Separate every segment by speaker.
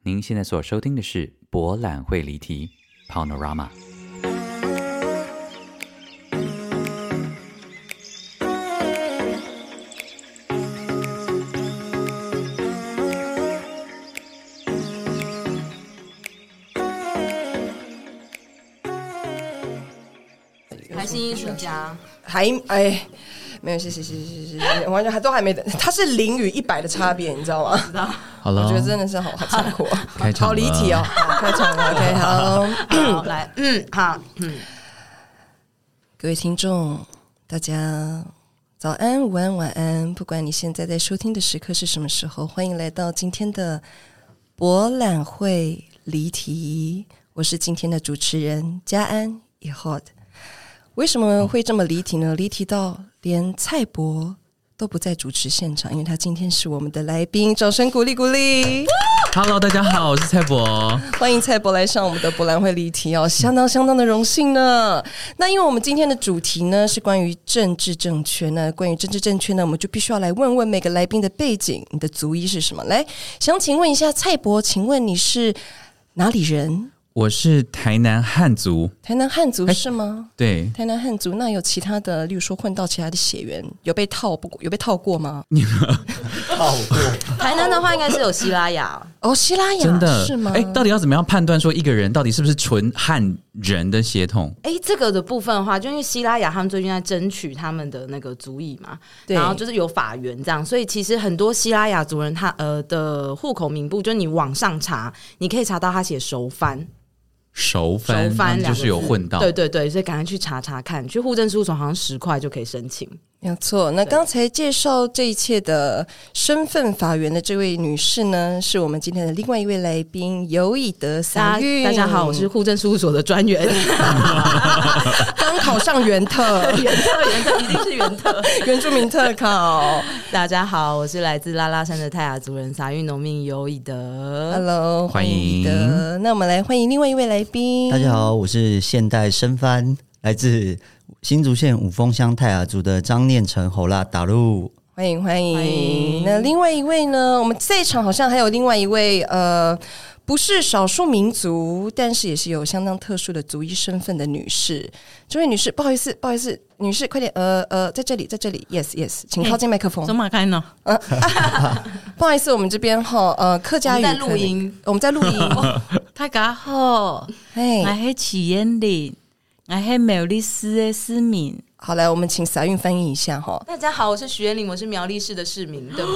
Speaker 1: 您现在所收听的是博览会离题 Panorama。
Speaker 2: 还新艺术家，
Speaker 3: 没有，谢谢，完全都还没等，它是0与100的差别，你知道吗？
Speaker 2: 知道。
Speaker 1: 好了，
Speaker 3: 我觉得真的是好残酷啊！
Speaker 1: 开场了，
Speaker 3: 好离题哦，开场了 ，OK， 好，
Speaker 2: 来，好，
Speaker 3: 各位听众，大家早安、午安、晚安，不管你现在在收听的时刻是什么时候，欢迎来到今天的博览会离题，我是今天的主持人嘉安以后的。为什么会这么离题呢？离题到连蔡博都不在主持现场，因为他今天是我们的来宾，掌声鼓励鼓励。
Speaker 1: Hello， 大家好，我是蔡博，
Speaker 3: 欢迎蔡博来上我们的博览会离题哦，相当的荣幸呢。那因为我们今天的主题呢是关于政治正确，那关于政治正确呢，我们就必须要来问问每个来宾的背景，你的族裔是什么？来，想请问一下蔡博，请问你是哪里人？
Speaker 1: 我是台南汉族。
Speaker 3: 台南汉族是吗？
Speaker 1: 对，
Speaker 3: 台南汉族。那有其他的，例如说混到其他的血缘，有被套过吗？
Speaker 4: 套过。
Speaker 2: 台南的话应该是有西拉雅
Speaker 3: 哦，西拉雅
Speaker 1: 真的
Speaker 3: 是吗？
Speaker 1: 到底要怎么样判断说一个人到底是不是纯汉人的血统？
Speaker 2: 这个的部分的话，就因为西拉雅他们最近在争取他们的那个族裔嘛，
Speaker 3: 对，
Speaker 2: 然后就是有法源这样，所以其实很多西拉雅族人他的户口名簿，就你网上查，你可以查到他写熟番。
Speaker 1: 熟番就是有混到，
Speaker 2: 对，所以赶快去查查看，去户政事务所好像10块就可以申请。
Speaker 3: 没有错。那刚才介绍这一切的身份法源的这位女士呢，是我们今天的另外一位来宾尤以德撒韵。
Speaker 2: 大家好，我是户政事务所的专员，
Speaker 3: 刚考上原特，
Speaker 2: 一定是原特，
Speaker 3: 原住民特考。
Speaker 2: 大家好，我是来自拉拉山的泰雅族人撒韵农民尤以德。
Speaker 3: Hello，
Speaker 1: 欢迎。
Speaker 3: 那我们来欢迎另外一位来宾。
Speaker 4: 大家好，我是现代生番，来自新竹县五峰乡泰雅族的张念成侯拉达路。
Speaker 3: 欢迎。那另外一位呢？我们这一场好像还有另外一位不是少数民族，但是也是有相当特殊的族裔身份的女士。这位女士，不好意思，女士，快点，在这里 ，yes， 请靠近麦克风。
Speaker 2: 怎么开呢？
Speaker 3: 不好意思，我们这边客家语我们在录音。
Speaker 5: 大家好，我是齐燕玲，我是苗栗市的市民。
Speaker 3: 好，来，我们请撒韵翻译一下哈。
Speaker 2: 大家好，我是徐元玲，我是苗栗市的市民。对，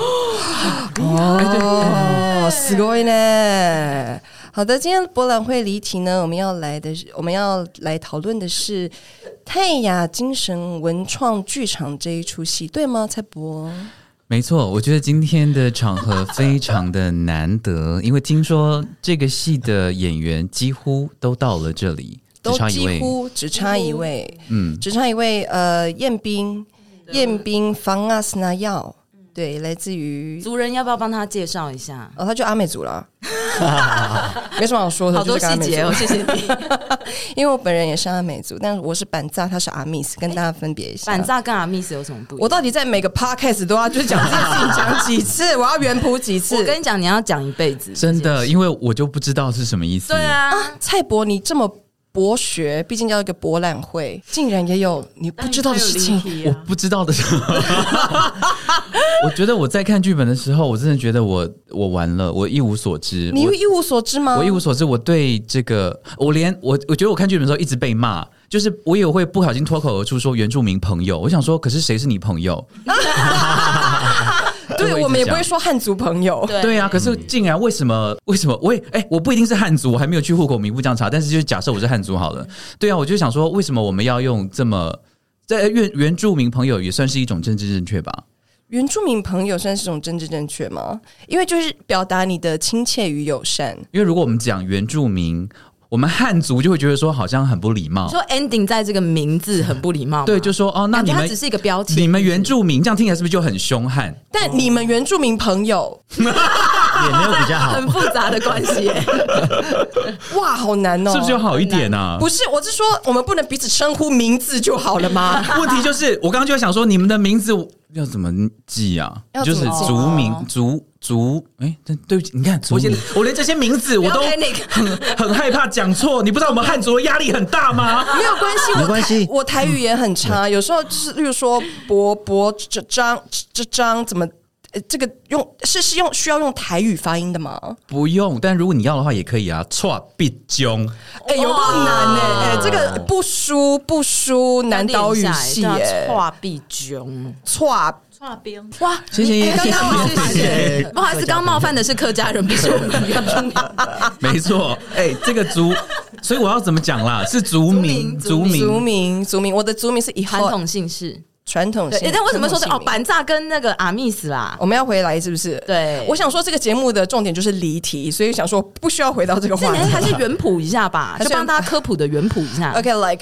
Speaker 3: すごいね。好的，今天博览会离题呢，我们要来讨论的是泰雅精神文创剧场这一出戏，对吗？蔡博？
Speaker 1: 没错，我觉得今天的场合非常的难得，因为听说这个戏的演员几乎都到了这里。
Speaker 3: 都几乎只差一位，彦彬方阿斯纳耀，对，来自于
Speaker 2: 族人，要不要帮他介绍一下？
Speaker 3: 他就阿美族了，没什么好说的，
Speaker 2: 好多细节哦，谢谢你。
Speaker 3: 因为我本人也是阿美族，但是我是板炸，他是阿密斯，跟大家分别一下。
Speaker 2: 板炸跟阿密斯有什么不一样？
Speaker 3: 我到底在每个 podcast 都要就是讲这件事情讲几次？我要原谱几次？
Speaker 2: 我跟你讲，你要讲一辈子，
Speaker 1: 真的，因为我就不知道是什么意思。
Speaker 2: 对啊，
Speaker 3: 蔡博，你这么博学，毕竟叫一个博览会，竟然也有你不知道的事情。
Speaker 1: 我不知道的时候，我觉得我在看剧本的时候，我真的觉得我完了，我一无所知。
Speaker 3: 你一无所知吗？
Speaker 1: 我一无所知，我对这个，我觉得我看剧本的时候一直被骂，就是我也会不小心脱口而出说原住民朋友，我想说，可是谁是你朋友？
Speaker 3: 对，我们也不会说汉族朋友。
Speaker 1: 对啊，可是竟然为什么我不一定是汉族，我还没有去户口名簿这样查，但是就假设我是汉族好了。对啊，我就想说，为什么我们要用这么原住民朋友也算是一种政治正确吧？
Speaker 3: 原住民朋友算是一种政治正确吗？因为就是表达你的亲切与友善。
Speaker 1: 因为如果我们讲原住民，我们汉族就会觉得说好像很不礼貌，
Speaker 2: 说 ending 在这个名字很不礼貌。
Speaker 1: 对，就说那你们
Speaker 2: 只是一个标签，
Speaker 1: 你们原住民这样听起来是不是就很凶悍？
Speaker 3: 但你们原住民朋友
Speaker 4: 也没有比较好，
Speaker 2: 很复杂的关系耶。
Speaker 3: 哇，好难哦，
Speaker 1: 是不是要好一点啊？
Speaker 3: 不是，我是说我们不能彼此称呼名字就好了吗？
Speaker 1: 问题就是我刚刚就在想说，你们的名字要怎么记啊？就是族名族，对不起，你看我连这些名字我都很害怕讲错。你不知道我们汉族的压力很大吗？
Speaker 3: 没有关系，
Speaker 4: 没关系，
Speaker 3: 我台语也很差，有时候就是，例如说博这张怎么。这个需要用台语发音的吗？
Speaker 1: 不用，但如果你要的话也可以啊。错必中，
Speaker 3: 有够难哎，这个不输南岛语系哎，
Speaker 2: 错必中，
Speaker 3: 错
Speaker 5: 冰
Speaker 2: 哇！
Speaker 1: 谢谢，
Speaker 2: 谢谢。不好意思，刚冒犯的是客家人，不是我们原住民。
Speaker 1: 没错，这个族，所以我要怎么讲啦？是族名。
Speaker 3: 我的族名是以
Speaker 2: 传统姓氏。
Speaker 3: 传统性，
Speaker 2: 但为什么说是板炸跟那个阿密斯啦？
Speaker 3: 我们要回来是不是？
Speaker 2: 对，
Speaker 3: 我想说这个节目的重点就是离题，所以想说不需要回到这个话题，
Speaker 2: 还是原谱一下吧，就帮大家科普的原谱一下。
Speaker 3: OK，like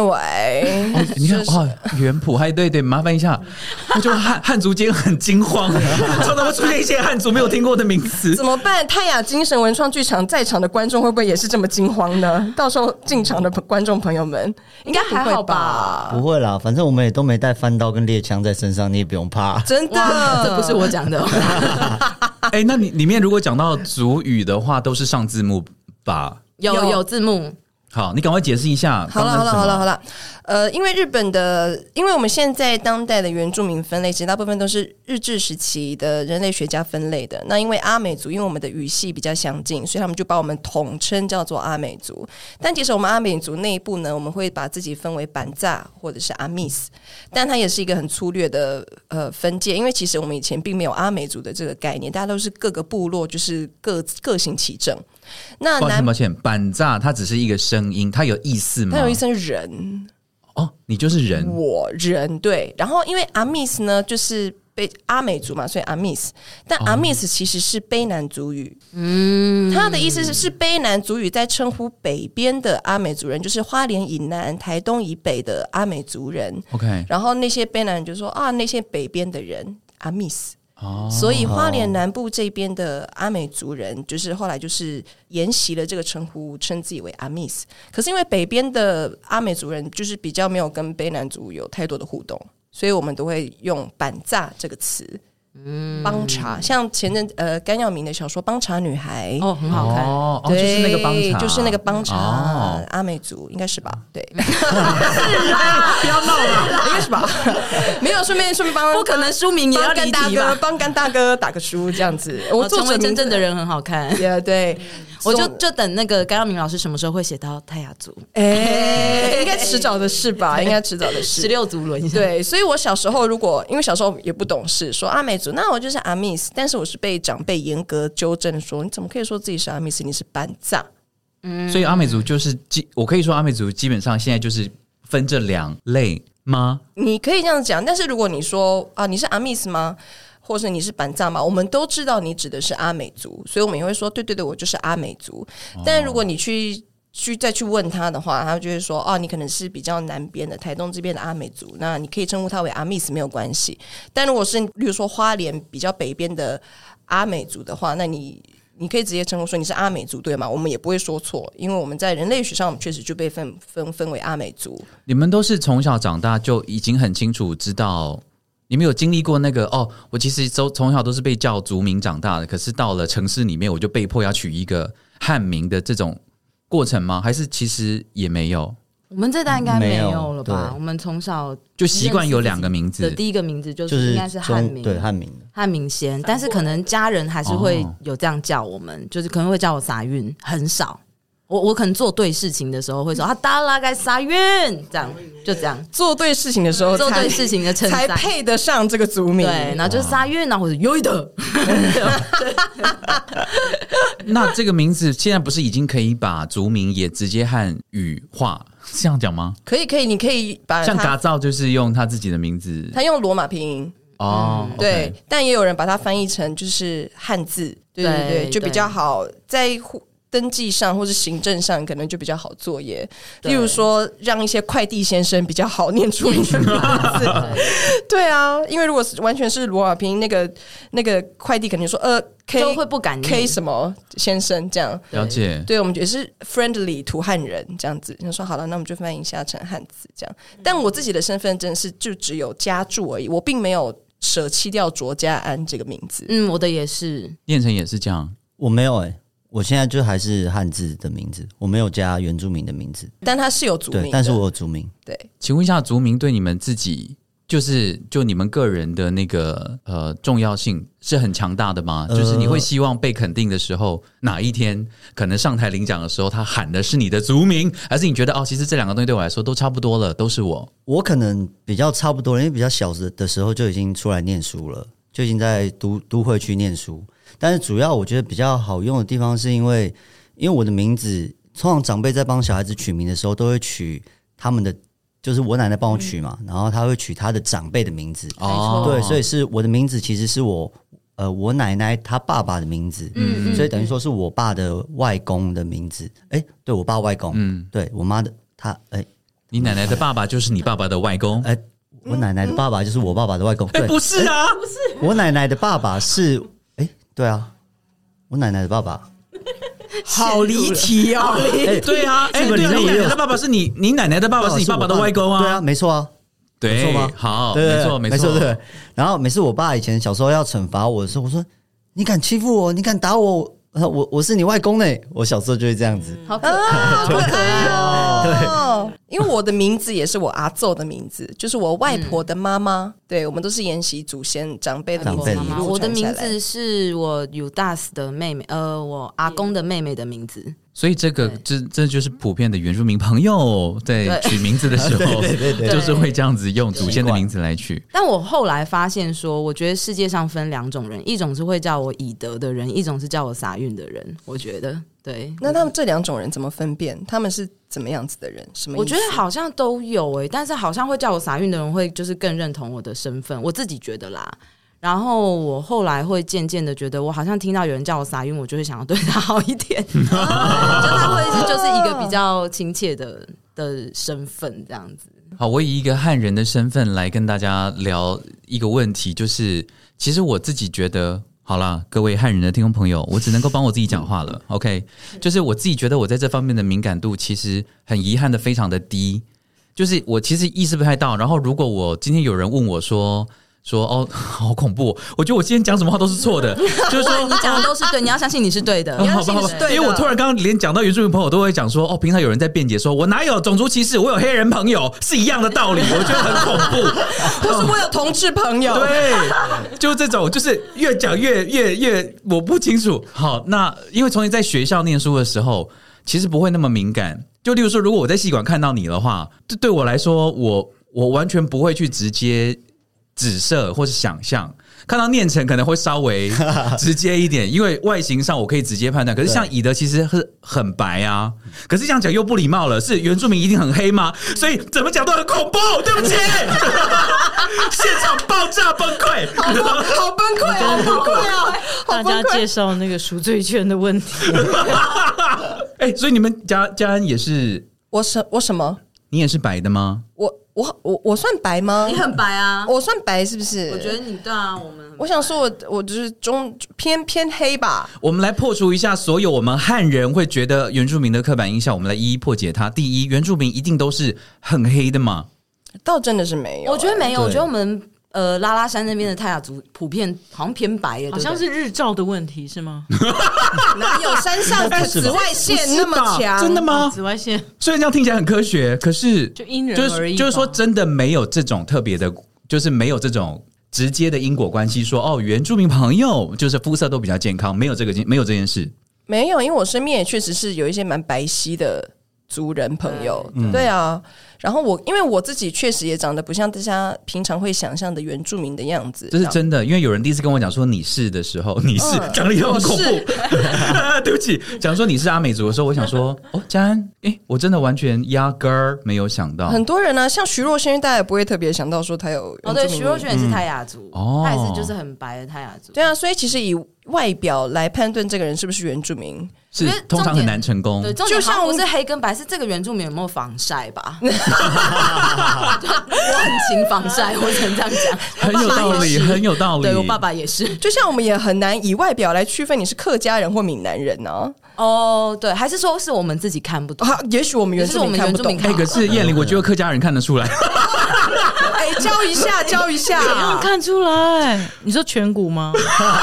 Speaker 3: anyway，
Speaker 1: 你看哇，原谱还对，麻烦一下，我觉得汉族间很惊慌，常常会出现一些汉族没有听过的名词，
Speaker 3: 怎么办？泰雅精神文创剧场在场的观众会不会也是这么惊慌呢？到时候进场的观众朋友们应该还好吧？
Speaker 4: 不会啦，反正我们也都没带翻刀跟猎枪在身上，你也不用怕。
Speaker 3: 真的，
Speaker 2: 这不是我讲的。
Speaker 1: 那你里面如果讲到族语的话，都是上字幕吧？
Speaker 2: 有字幕。
Speaker 1: 好，你赶快解释一下。
Speaker 3: 好了，因为因为我们现在当代的原住民分类，其实大部分都是日治时期的人类学家分类的。那因为阿美族，因为我们的语系比较相近，所以他们就把我们统称叫做阿美族。但其实我们阿美族内部呢，我们会把自己分为板炸或者是阿密斯，但它也是一个很粗略的分界，因为其实我们以前并没有阿美族的这个概念，大家都是各个部落就是各行其政。那
Speaker 1: 抱歉，板炸它只是一个声音，它有意思吗？
Speaker 3: 它有意思是人
Speaker 1: 哦，你就是人，
Speaker 3: 我人对。然后因为阿密斯呢，就是被阿美族嘛，所以阿密斯。但阿密斯其实是卑南族语，它的意思是卑南族语在称呼北边的阿美族人，就是花莲以南、台东以北的阿美族人。
Speaker 1: OK，
Speaker 3: 然后那些卑南人就说啊，那些北边的人阿密斯。所以花莲南部这边的阿美族人，就是后来就是沿袭了这个称呼，称自己为阿密斯。可是因为北边的阿美族人就是比较没有跟卑南族有太多的互动，所以我们都会用板炸这个词。帮茶，像前阵甘耀明的小说《帮茶女孩》
Speaker 2: 很好看，
Speaker 3: 对，
Speaker 1: 就是那个帮茶，
Speaker 3: 就是那个帮茶，阿美族应该是吧？对，
Speaker 1: 不要闹了，
Speaker 3: 应该是吧？没有，顺便帮，
Speaker 2: 不可能书名也要离题吧？
Speaker 3: 帮甘大哥打个书这样子。我
Speaker 2: 成为真正的人很好看，
Speaker 3: 对。
Speaker 2: 我就等那个甘耀明老师什么时候会写到泰雅族？
Speaker 3: 应该迟早的事吧？应该迟早的事。
Speaker 2: 16族轮一下。
Speaker 3: 对，所以我小时候因为小时候也不懂事，说阿美族，那我就是阿密斯，但是我是被长辈严格纠正说，你怎么可以说自己是阿密斯？你是班炸。
Speaker 1: 所以阿美族就是我可以说阿美族基本上现在就是分这两类吗？
Speaker 3: 你可以这样讲，但是如果你说你是阿密斯吗？或是你是板炸嘛？我们都知道你指的是阿美族，所以我们也会说对，我就是阿美族。但如果你再去问他的话，他就会说你可能是比较南边的台东这边的阿美族，那你可以称呼他为阿密斯没有关系。但如果是例如说花莲比较北边的阿美族的话，那你可以直接称呼说你是阿美族对吗？我们也不会说错，因为我们在人类学上确实就被分为阿美族。
Speaker 1: 你们都是从小长大就已经很清楚知道。你们有经历过那个我其实从小都是被叫族名长大的，可是到了城市里面我就被迫要取一个汉名的这种过程吗？还是其实也没有？
Speaker 2: 我们这代应该没有了吧？我们从小
Speaker 1: 就习惯有2个名字
Speaker 2: 的，第一个名字就是应该是汉名，
Speaker 4: 对
Speaker 2: 汉名先，但是可能家人还是会有这样叫我们，就是可能会叫我撒运，很少。我可能做对事情的时候会说达拉该撒运，这样就这样
Speaker 3: 做对事情的时候，
Speaker 2: 做对事情的称赞
Speaker 3: 才配得上这个族名。
Speaker 2: 对，然后就是撒运，然后或者有一的。
Speaker 1: 那这个名字现在不是已经可以把族名也直接汉语化？这样讲吗？
Speaker 3: 可以，你可以把
Speaker 1: 像嘎造就是用他自己的名字，
Speaker 3: 他用罗马拼音。对， okay，但也有人把它翻译成就是汉字，对，就比较好登记上或是行政上可能就比较好作业，例如说让一些快递先生比较好念出你的名字。对啊，因为如果完全是罗亚萍那个快递，肯定说K
Speaker 2: 就会不敢念
Speaker 3: K 什么先生这样。
Speaker 1: 了解。
Speaker 3: 对，我们也是 friendly 土汉人这样子，就说好了，那我们就翻译一下成汉字这样。但我自己的身份证是就只有加注而已，我并没有舍弃掉卓家安这个名字。
Speaker 2: 我的也是，
Speaker 1: 念成也是这样。
Speaker 4: 我没有我现在就还是汉字的名字，我没有加原住民的名字，
Speaker 3: 但他是有族名的，
Speaker 4: 对，但是我有族名。
Speaker 3: 对，
Speaker 1: 请问一下，族名对你们自己就你们个人的那个重要性是很强大的吗？就是你会希望被肯定的时候，哪一天可能上台领奖的时候，他喊的是你的族名，还是你觉得其实这两个东西对我来说都差不多了，都是我？
Speaker 4: 我可能比较差不多了，因为比较小的时候就已经出来念书了，就已经在都会区念书。但是主要我觉得比较好用的地方，是因为我的名字，通常长辈在帮小孩子取名的时候，都会取他们的。就是我奶奶帮我取嘛，然后她会取她的长辈的名字。对，所以是我的名字其实是我奶奶她爸爸的名字，所以等于说是我爸的外公的名字。对，我爸外公，对我妈的
Speaker 1: 你奶奶的爸爸就是你爸爸的外公。
Speaker 4: 我奶奶的爸爸就是我爸爸的外公。对，
Speaker 1: 不是啊，不是，
Speaker 4: 我奶奶的爸爸是对啊，我奶奶的爸爸。
Speaker 3: 好离题哦！
Speaker 1: 对啊，对啊，你奶奶的爸爸是你奶奶的爸爸是你爸爸的外公啊？
Speaker 4: 对啊，没错啊，
Speaker 1: 对，
Speaker 4: 没错吗？
Speaker 1: 好，
Speaker 4: 没错，对。然后每次我爸以前小时候要惩罚我的时候，我说：“你敢欺负我，你敢打我，我是你外公呢。”我小时候就会这样子，
Speaker 2: 好可爱，好可爱哦！
Speaker 3: 对，因为我的名字也是我阿祖的名字，就是我外婆的妈妈。对，我们都是沿袭祖先长辈的名字。
Speaker 2: 我的名字是我Udas的妹妹，我阿公的妹妹的名字。
Speaker 1: 所以这就是普遍的原住民朋友在取名字的时候，就是会这样子用祖先的名字来取。
Speaker 2: 但我后来发现说，我觉得世界上分两种人，一种是会叫我以德的人，一种是叫我撒运的人。我觉得对。
Speaker 3: 那他们这两种人怎么分辨？他们是怎么样子的人？什么意思？
Speaker 2: 我觉得好像都有但是好像会叫我撒运的人会就是更认同我的身份，我自己觉得啦。然后我后来会渐渐的觉得，我好像听到有人叫我撒运，我就会想要对他好一点，就他会就是一个比较亲切的身份这样子。
Speaker 1: 好，我以一个汉人的身份来跟大家聊一个问题，就是其实我自己觉得，好啦，各位汉人的听众朋友，我只能够帮我自己讲话了。OK， 就是我自己觉得我在这方面的敏感度其实很遗憾的非常的低，就是我其实意识不太到。然后如果我今天有人问我说好恐怖我觉得我今天讲什么话都是错的，就是说
Speaker 2: 你讲的都是对，你要相信你是对的，
Speaker 1: 好吧，因为我突然刚刚连讲到原住民朋友都会讲说平常有人在辩解说我哪有种族歧视，我有黑人朋友，是一样的道理，我觉得很恐怖
Speaker 3: 或是我有同志朋友，
Speaker 1: 对，就这种就是越讲越我不清楚。好，那因为从前在学校念书的时候其实不会那么敏感，就例如说如果我在戏馆看到你的话，对我来说我完全不会去直接指涉或是想象，看到念成可能会稍微直接一点，因为外形上我可以直接判断。可是像以德其实很白啊，可是这样讲又不礼貌了，是原住民一定很黑吗？所以怎么讲都很恐怖，对不起，现场爆炸崩溃，
Speaker 3: 好崩溃，好崩溃啊！
Speaker 5: 大家介绍那个赎罪券的问题。
Speaker 1: 所以你们家安也是
Speaker 3: 我什么？
Speaker 1: 你也是白的吗？
Speaker 3: 我算白吗？
Speaker 2: 你很白啊，
Speaker 3: 我算白是不是？
Speaker 2: 我觉得你对啊，
Speaker 3: 我想说我就是偏黑吧。
Speaker 1: 我们来破除一下所有我们汉人会觉得原住民的刻板印象，我们来一一破解它。第一，原住民一定都是很黑的吗？
Speaker 3: 倒真的是没有，
Speaker 2: 我觉得没有，我觉得我们拉拉山那边的泰雅族普遍好像偏白耶，
Speaker 5: 好像是日照的问题是吗？
Speaker 3: 哪有山上紫外线那么强？
Speaker 1: 真的吗？
Speaker 5: 紫外线
Speaker 1: 虽然这样听起来很科学，可是
Speaker 5: 就因人而异，
Speaker 1: 就是说真的没有这种特别的，就是没有这种直接的因果关系说原住民朋友就是肤色都比较健康，没有这件事。
Speaker 3: 没有，因为我身边也确实是有一些蛮白皙的族人朋友，对啊， 然后因为我自己确实也长得不像大家平常会想象的原住民的样子，
Speaker 1: 这是真的。因为有人第一次跟我讲说你是的时候，你是讲了一个很恐怖，对不起，讲说你是阿美族的时候，我想说嘉安，我真的完全压根儿没有想到。
Speaker 3: 很多人呢，像徐若瑄，大家也不会特别想到说他有原住民
Speaker 2: 对，徐若瑄也是泰雅族，他也是就是很白的泰雅族。
Speaker 3: 对啊，所以其实以外表来判断这个人是不是原住民，
Speaker 1: 是通常很难成功。
Speaker 2: 对，就像不是黑跟白，是这个原住民有没有防晒吧？我很勤防晒，我只能这样讲。
Speaker 1: 很有道理，很有道理。
Speaker 2: 对，我爸爸也是。
Speaker 3: 就像我们也很难以外表来区分你是客家人或闽南人呢。
Speaker 2: 对，还是说是我们自己看不懂？
Speaker 3: 也许我们原住民看不懂。
Speaker 1: 可是燕玲，我觉得客家人看得出来。
Speaker 3: 教一下，教一下，
Speaker 5: 怎样看出来？你说颧骨吗？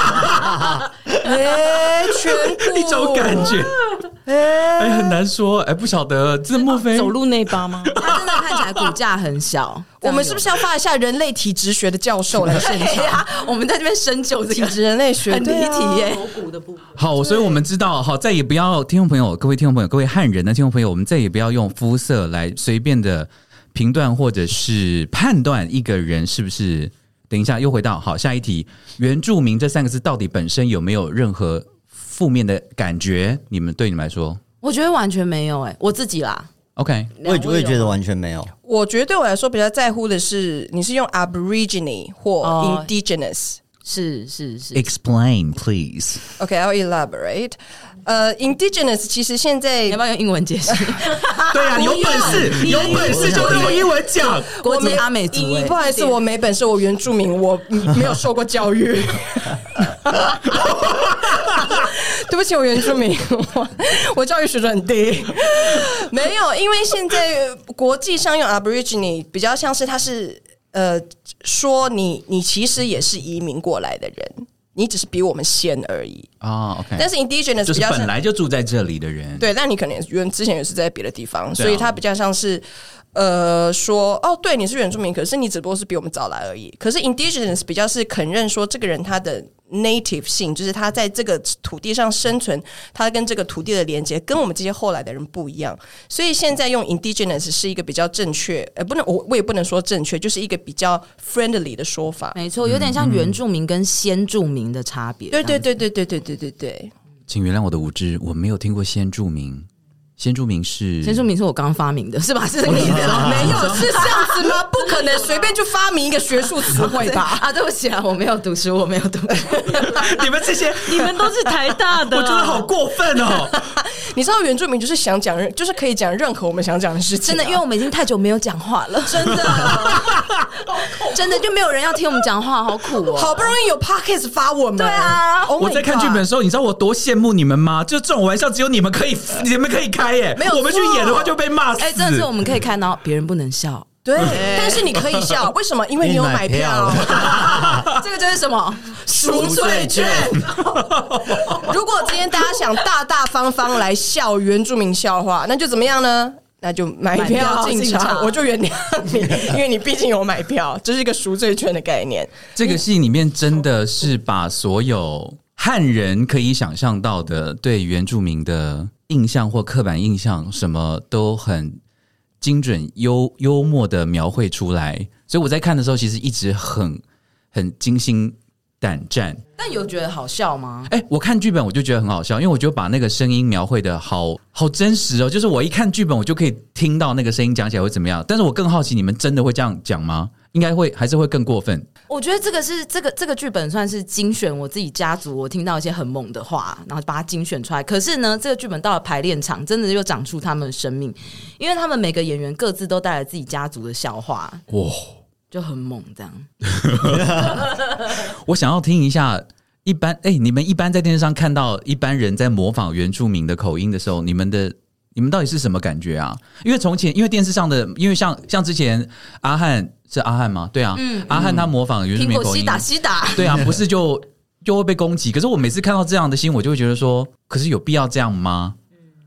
Speaker 3: 颧骨
Speaker 1: 一种感觉，很难说，不晓得这莫非
Speaker 5: 走路内八吗？
Speaker 2: 他真的看起来骨架很小。
Speaker 3: 我们是不是要发一下人类体质学的教授来现场？
Speaker 2: 我们在这边深究这个
Speaker 3: 体质人类学，
Speaker 2: 很离题耶。
Speaker 5: 头骨的部分。
Speaker 1: 好，所以我们知道，好，再也不要听众朋友，各位听众朋友，各位汉人的听众朋友，我们再也不要用肤色来随便的评断或者是判断一个人是不是。等一下，又回到好下一题，原住民这3个字到底本身有没有任何负面的感觉？对你们来说，
Speaker 2: 我觉得完全没有我自己啦。
Speaker 1: OK，
Speaker 4: 我也觉得完全没有。
Speaker 3: 我觉得对我来说比较在乎的是，你是用 Aborigine 或 Indigenous。
Speaker 2: 是
Speaker 1: Explain please.
Speaker 3: OK, I'll elaborate. Indigenous 其实现在
Speaker 2: 要不要用英文解释？
Speaker 1: 对啊，有本事就用英文讲。
Speaker 2: 国际阿美族
Speaker 3: 不好意思，我没本事，我原住民，我没有受过教育。对不起，我原住民，我教育水准很低。没有，因为现在国际上用 Aborigine 比较像是它是说你其实也是移民过来的人，你只是比我们先而已
Speaker 1: OK。
Speaker 3: 但是 Indigenous
Speaker 1: 就是本来就住在这里的人，
Speaker 3: 对，但你可能之前也是在别的地方，所以它比较像是说对，你是原住民，可是你只不过是比我们早来而已。可是 Indigenous 比较是肯认说这个人他的 native 性，就是他在这个土地上生存，他跟这个土地的连接跟我们这些后来的人不一样。所以现在用 Indigenous 是一个比较正确，我也不能说正确，就是一个比较 friendly 的说法。
Speaker 2: 没错，有点像原住民跟先住民的差别。
Speaker 3: 对。
Speaker 1: 请原谅我的无知，我没有听过先住民。先住民是
Speaker 2: 我刚发明的，是吧？是这个意思吗？
Speaker 3: 没有，是这样子吗？不可能随便就发明一个学术词汇吧？
Speaker 2: 对不起啊，我没有读书，我没有读书。
Speaker 1: 你们这些，
Speaker 5: 你们都是台大的，
Speaker 1: 我觉得好过分哦！
Speaker 3: 你知道原住民就是想讲，就是可以讲任何我们想讲的事情，
Speaker 2: 真的，因为我们已经太久没有讲话了，真的，真的就没有人要听我们讲话，好苦哦！
Speaker 3: 好不容易有 podcast 发我们，
Speaker 2: 对啊，
Speaker 1: 我在看剧本的时候，你知道我多羡慕你们吗？就这种玩笑只有你们可以开耶，
Speaker 3: 没有
Speaker 1: 我们去演的话就被骂死。
Speaker 2: 真的是我们可以看到别人不能笑。
Speaker 3: 对，但是你可以笑，为什么？因为你有买票。
Speaker 2: 这个就是什么
Speaker 3: 赎罪券。如果今天大家想大大方方来笑原住民笑话，那就怎么样呢？那就买票进场，我就原谅你，因为你毕竟有买票，这是一个赎罪券的概念。
Speaker 1: 这个戏里面真的是把所有汉人可以想象到的对原住民的印象或刻板印象，什么都很精准幽默的描绘出来，所以我在看的时候其实一直很惊心胆战。
Speaker 2: 但有觉得好笑吗？
Speaker 1: 我看剧本我就觉得很好笑，因为我就把那个声音描绘的好真实哦，就是我一看剧本我就可以听到那个声音讲起来会怎么样。但是我更好奇，你们真的会这样讲吗？应该会，还是会更过分？
Speaker 2: 我觉得这个剧本算是精选我自己家族我听到一些很猛的话，然后把它精选出来。可是呢，这个剧本到了排练场，真的又长出他们的生命，因为他们每个演员各自都带来自己家族的笑话，哇，就很猛这样。
Speaker 1: 我想要听一下，你们一般在电视上看到一般人在模仿原住民的口音的时候，你们到底是什么感觉啊？因为从前，因为电视上的，因为像之前阿汉是阿汉吗？对啊，阿汉他模仿原住民口音，
Speaker 2: 苹果西打，
Speaker 1: 对啊，不是就会被攻击。可是我每次看到这样的新闻，我就会觉得说，可是有必要这样吗？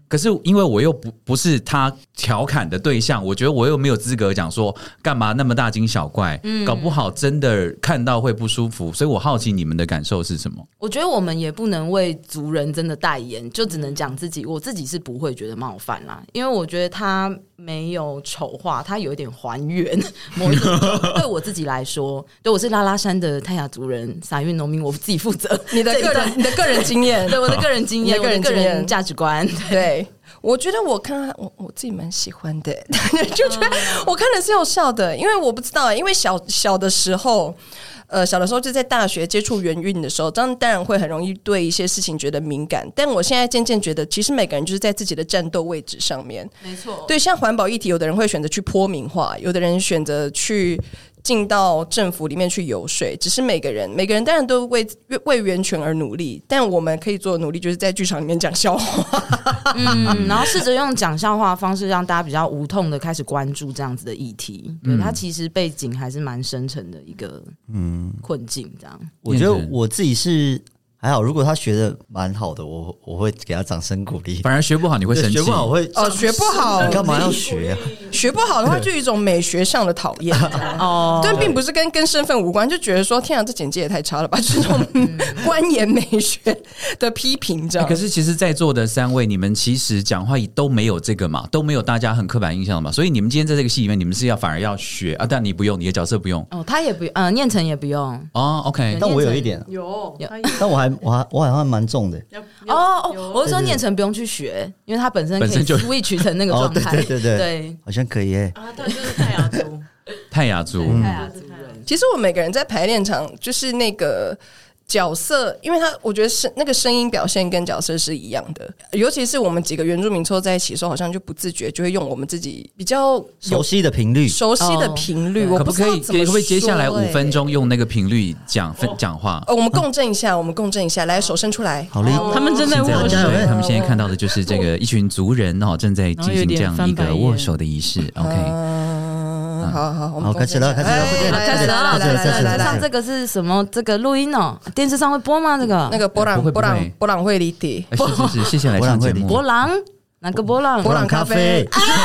Speaker 1: 可是因为我又不是他调侃的对象，我觉得我又没有资格讲说干嘛那么大惊小怪，搞不好真的看到会不舒服，所以我好奇你们的感受是什么？
Speaker 2: 我觉得我们也不能为族人真的代言，就只能讲自己。我自己是不会觉得冒犯啦，因为我觉得他没有丑化，他有一点还原某一种。对我自己来说，对我是拉拉山的泰雅族人，撒运农民，我自己负责
Speaker 3: 你的个人经验，
Speaker 2: 对我的个人经验，我的个人价值观，
Speaker 3: 对。我觉得我看我自己蛮喜欢的，就觉得我看的是有效的，因为我不知道，因为小的时候。小的时候就在大学接触原运的时候，当然会很容易对一些事情觉得敏感，但我现在渐渐觉得，其实每个人就是在自己的战斗位置上面，
Speaker 2: 没错。对，
Speaker 3: 像环保议题，有的人会选择去泼民化，有的人选择去进到政府里面去游说，只是每个人当然都为源泉而努力，但我们可以做的努力就是在剧场里面讲笑话，
Speaker 2: 然后试着用讲笑话的方式让大家比较无痛的开始关注这样子的议题。对，它其实背景还是蛮深沉的一个困境。这样，
Speaker 4: 我觉得我自己是还好，如果他学的蛮好的，我会给他掌声鼓励。
Speaker 1: 反而学不好你会生气，
Speaker 4: 学不好我会
Speaker 3: 学不好
Speaker 4: 你干嘛要学啊？
Speaker 3: 学不好的话就有一种美学上的讨厌但并不是跟身份无关，就觉得说天啊，这简介也太差了吧，就是这种官言美学的批评这样。
Speaker 1: 可是其实在座的3位，你们其实讲话都没有这个嘛，都没有大家很刻板印象嘛，所以你们今天在这个戏里面，你们是反而要学啊，但你不用，你的角色不用
Speaker 2: 他也不念成也不用
Speaker 1: OK，
Speaker 4: 但我有一点
Speaker 5: 有，
Speaker 4: 但我好像蛮重的
Speaker 2: 我是说念成不用去学，因为他本身可以 switch 成那个状态，
Speaker 4: 对，好像可以耶。
Speaker 5: 对，就是泰雅族，
Speaker 1: 泰雅族
Speaker 2: 人。
Speaker 3: 其实我们每个人在排练场就是那个角色，因为我觉得那个声音表现跟角色是一样的，尤其是我们几个原住民凑在一起的时候，好像就不自觉就会用我们自己比较
Speaker 4: 熟悉的频率，
Speaker 3: 我
Speaker 1: 可不可以接下来5分钟用那个频率讲话？
Speaker 3: 我们共振一下，来手伸出来。
Speaker 4: 好嘞，
Speaker 5: 他们正在握手，
Speaker 1: 他们现在看到的就是这个一群族人正在进行这样一个握手的仪式。OK。
Speaker 3: 好，
Speaker 4: 开始了，
Speaker 2: 来，上这个是什么？这个录音电视上会播吗？那个
Speaker 3: 博朗会离题，
Speaker 1: 是，谢谢来上节目。
Speaker 2: 博朗哪个博朗？
Speaker 4: 博朗咖啡，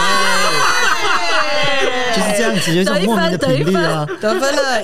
Speaker 4: 就是这样子，有一种莫名的频率啊，
Speaker 3: 得分了，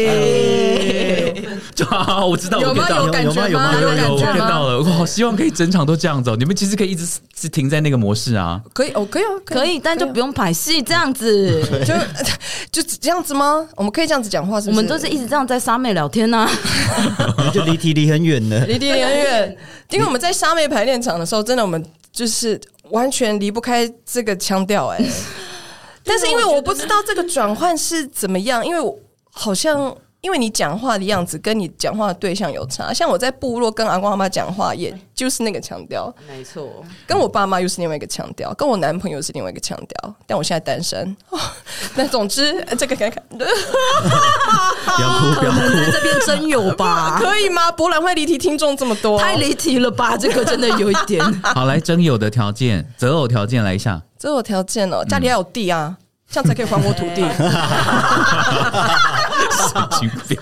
Speaker 1: 我知道，我 get 到，
Speaker 3: 有感觉吗？
Speaker 1: 有，我 get 到了。我好希望可以整场都这样子。你们其实可以一直停在那个模式啊。
Speaker 3: 可以，
Speaker 2: 但就不用排戏这样子，
Speaker 3: 就这样子吗？我们可以这样子讲话，是不是？
Speaker 2: 我们都是一直这样在沙妹聊天啊，
Speaker 4: 就离题很远了，
Speaker 3: 离很远。因为我们在沙妹排练场的时候，真的我们就是完全离不开这个腔调但是因为我不知道这个转换是怎么样，因为我好像因为你讲话的样子跟你讲话的对象有差，像我在部落跟阿公阿妈讲话，也就是那个腔调，
Speaker 2: 没错。
Speaker 3: 跟我爸妈又是另外一个腔调，跟我男朋友是另外一个腔调，但我现在单身。那总之，这个看看，
Speaker 4: 不要哭，
Speaker 2: 在这边真有吧？
Speaker 3: 可以吗？博览会离题听众这么多，
Speaker 2: 太离题了吧？这个真的有一点。
Speaker 1: 好，来真有的条件，择偶条件来一下。
Speaker 3: 择偶条件家里要有地啊。这样才可以还我土地。
Speaker 1: 神经病。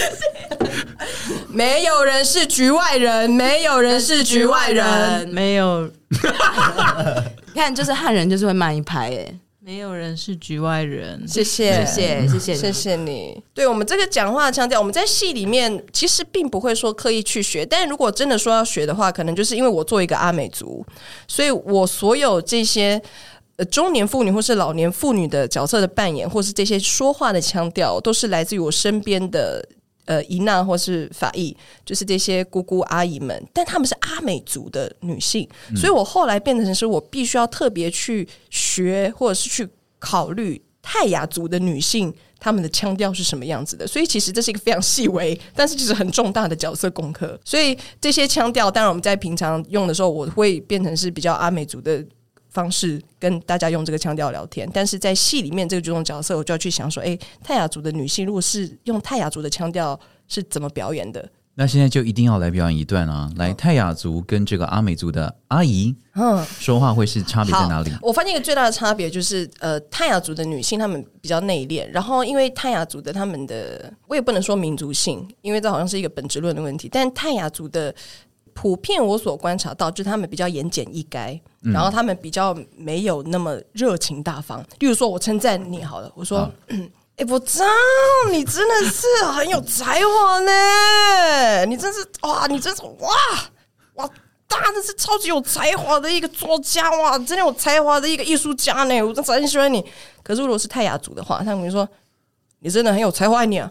Speaker 3: 没有人是局外人，没有人是局外人，
Speaker 5: 没有。
Speaker 2: 你看，就是汉人就是会慢一拍
Speaker 5: 没有人是局外人。
Speaker 3: 谢谢你。对，我们这个讲话腔调，我们在戏里面其实并不会说刻意去学，但如果真的说要学的话，可能就是因为我做一个阿美族，所以我所有这些中年妇女或是老年妇女的角色的扮演，或是这些说话的腔调，都是来自于我身边的姨娜或是法裔，就是这些姑姑阿姨们，但她们是阿美族的女性，所以我后来变成是我必须要特别去学或者是去考虑泰雅族的女性她们的腔调是什么样子的，所以其实这是一个非常细微但是就是很重大的角色功课。所以这些腔调当然我们在平常用的时候，我会变成是比较阿美族的方式跟大家用这个腔调聊天，但是在戏里面这种角色，我就要去想说，泰雅族的女性如果是用泰雅族的腔调是怎么表演的？
Speaker 1: 那现在就一定要来表演一段啊！来，泰雅族跟这个阿美族的阿姨，说话会是差别在哪里？
Speaker 3: 我发现一个最大的差别就是，泰雅族的女性她们比较内敛，然后因为泰雅族的她们的，我也不能说民族性，因为这好像是一个本质论的问题，但泰雅族的普遍我所观察到，就是他们比较言简意赅，然后他们比较没有那么热情大方。例如说，我称赞你好了，我说。我张，你真的是很有才华呢！你真是哇，你真是哇，大真是超级有才华的一个作家哇，真的有才华的一个艺术家呢！我真的很喜欢你。可是如果是泰雅族的话，他们说你真的很有才华，你啊，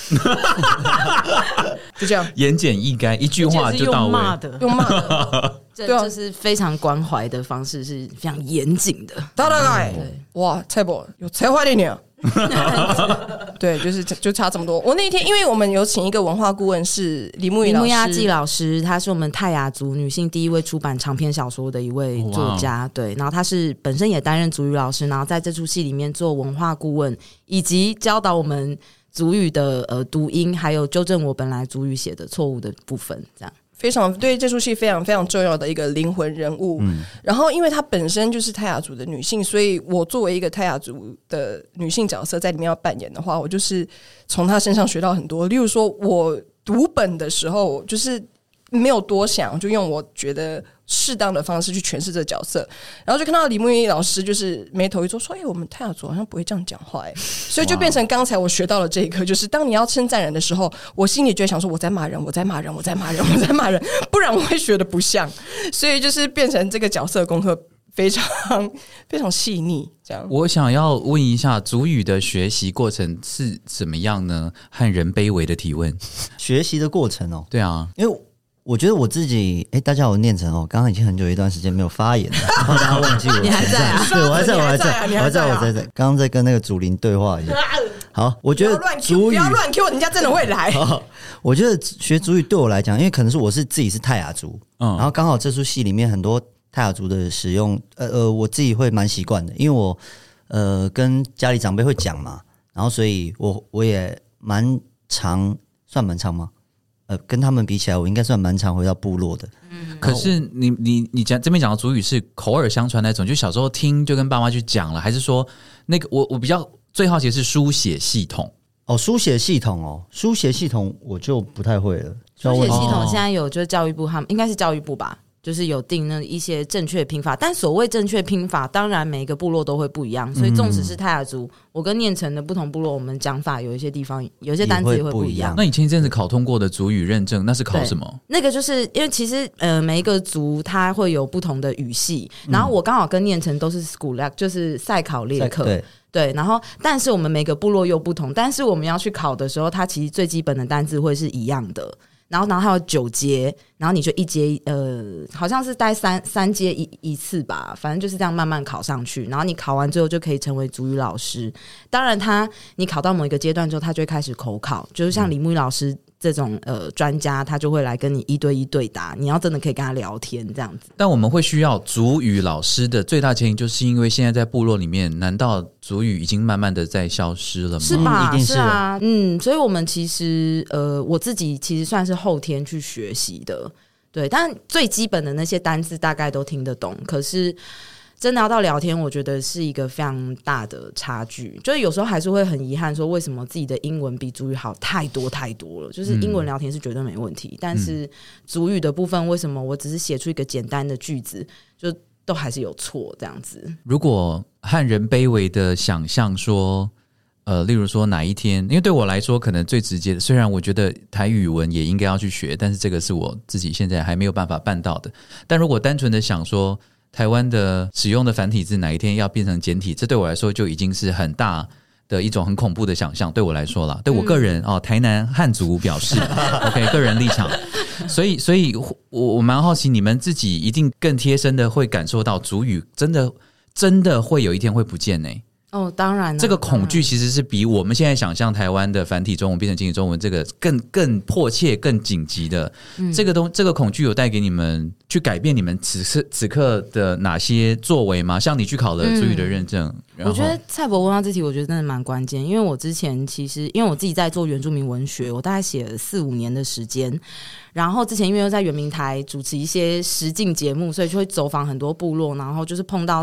Speaker 3: 就这样，
Speaker 1: 言简意赅，一句话就到位，
Speaker 3: 用骂的。
Speaker 2: 这是非常关怀的方式，是非常严谨的。
Speaker 3: 大概哇，蔡伯有才华的你啊！对，就差这么多。我那一天，因为我们有请一个文化顾问是李木亚纪
Speaker 2: 老师，他是我们泰雅族女性第一位出版长篇小说的一位作家。对，然后他是本身也担任族语老师，然后在这出戏里面做文化顾问，以及教导我们族语的读音，还有纠正我本来族语写的错误的部分，这样。
Speaker 3: 非常对这出戏非常非常重要的一个灵魂人物。然后因为她本身就是泰雅族的女性，所以我作为一个泰雅族的女性角色在里面要扮演的话，我就是从她身上学到很多。例如说我读本的时候就是没有多想，就用我觉得适当的方式去诠释这个角色，然后就看到李木易老师就是眉头一皱说我们泰雅族好像不会这样讲话所以就变成刚才我学到了这一课，就是当你要称赞人的时候，我心里就会想说我在骂人，我在骂人，我在骂人，我在骂人，不然我会学的不像，所以就是变成这个角色功课非常非常细腻。这样，
Speaker 1: 我想要问一下，族语的学习过程是怎么样呢？和人卑微的提问，
Speaker 4: 学习的过程哦，
Speaker 1: 对啊，
Speaker 4: 因为我觉得我自己，大家有念成哦，刚刚已经很久一段时间没有发言了，然后大家忘记我，
Speaker 2: 你还在啊？
Speaker 4: 对，我还在，刚刚在跟那个祖灵对话一下。好，我觉得族语
Speaker 3: 不要乱 Q， 人家真的会来。
Speaker 4: 我觉得学族语对我来讲，因为可能是我自己是泰雅族，然后刚好这出戏里面很多泰雅族的使用，我自己会蛮习惯的，因为我跟家里长辈会讲嘛，然后所以我也蛮常，算蛮常吗？跟他们比起来，我应该算蛮常回到部落的。
Speaker 1: 可是你讲这边讲的族语是口耳相传那种，就小时候听就跟爸妈去讲了，还是说那个我比较最好奇的是书写系统？
Speaker 4: 书写系统我就不太会了。
Speaker 2: 书写系统现在有，就是教育部他们应该是教育部吧。就是有定那一些正确拼法，但所谓正确拼法，当然每一个部落都会不一样，所以纵使是泰雅族，我跟念成的不同部落，我们讲法有一些地方，有一些单词也会不一样。
Speaker 1: 那你前一阵子考通过的族语认证，那是考什么？
Speaker 2: 那个就是因为其实每一个族它会有不同的语系，然后我刚好跟念成都是 school， 就是赛考列课。对，然后但是我们每个部落又不同，但是我们要去考的时候，它其实最基本的单字会是一样的。然后还有9阶，然后你就一阶好像是带三阶一次吧，反正就是这样慢慢考上去。然后你考完之后就可以成为族语老师。当然你考到某一个阶段之后，他就会开始口考，就是像李木易老师这种专家，他就会来跟你1对1对答，你要真的可以跟他聊天这样子。
Speaker 1: 但我们会需要族语老师的最大前提，就是因为现在在部落里面，难道族语已经慢慢的在消失了吗？
Speaker 2: 是吧？
Speaker 4: 一定是
Speaker 2: 啊，所以我们其实我自己其实算是后天去学习的，对，但最基本的那些单字大概都听得懂，可是真的要到聊天，我觉得是一个非常大的差距，就是有时候还是会很遗憾说为什么自己的英文比族语好太多太多了，就是英文聊天是绝对没问题，但是族语的部分为什么我只是写出一个简单的句子就都还是有错这样子。
Speaker 1: 如果和人卑微的想象说例如说哪一天，因为对我来说可能最直接的，虽然我觉得台语文也应该要去学，但是这个是我自己现在还没有办法办到的。但如果单纯的想说台湾的使用的繁体字哪一天要变成简体，这对我来说就已经是很大的一种很恐怖的想象，对我来说啦，对我个人台南汉族表示OK 个人立场。所以我蛮好奇，你们自己一定更贴身的会感受到族语真的会有一天会不见呢？
Speaker 2: 当然了，
Speaker 1: 这个恐惧其实是比我们现在想象台湾的繁体中文变成简体中文这个更迫切、更紧急的。这个恐惧有带给你们去改变你们此刻的哪些作为吗？像你去考了族语的认证，
Speaker 2: 我觉得蔡伯问到这题，我觉得真的蛮关键，因为我之前其实因为我自己在做原住民文学，我大概写了4-5年的时间。然后之前因为又在原民台主持一些实境节目，所以就会走访很多部落，然后就是碰到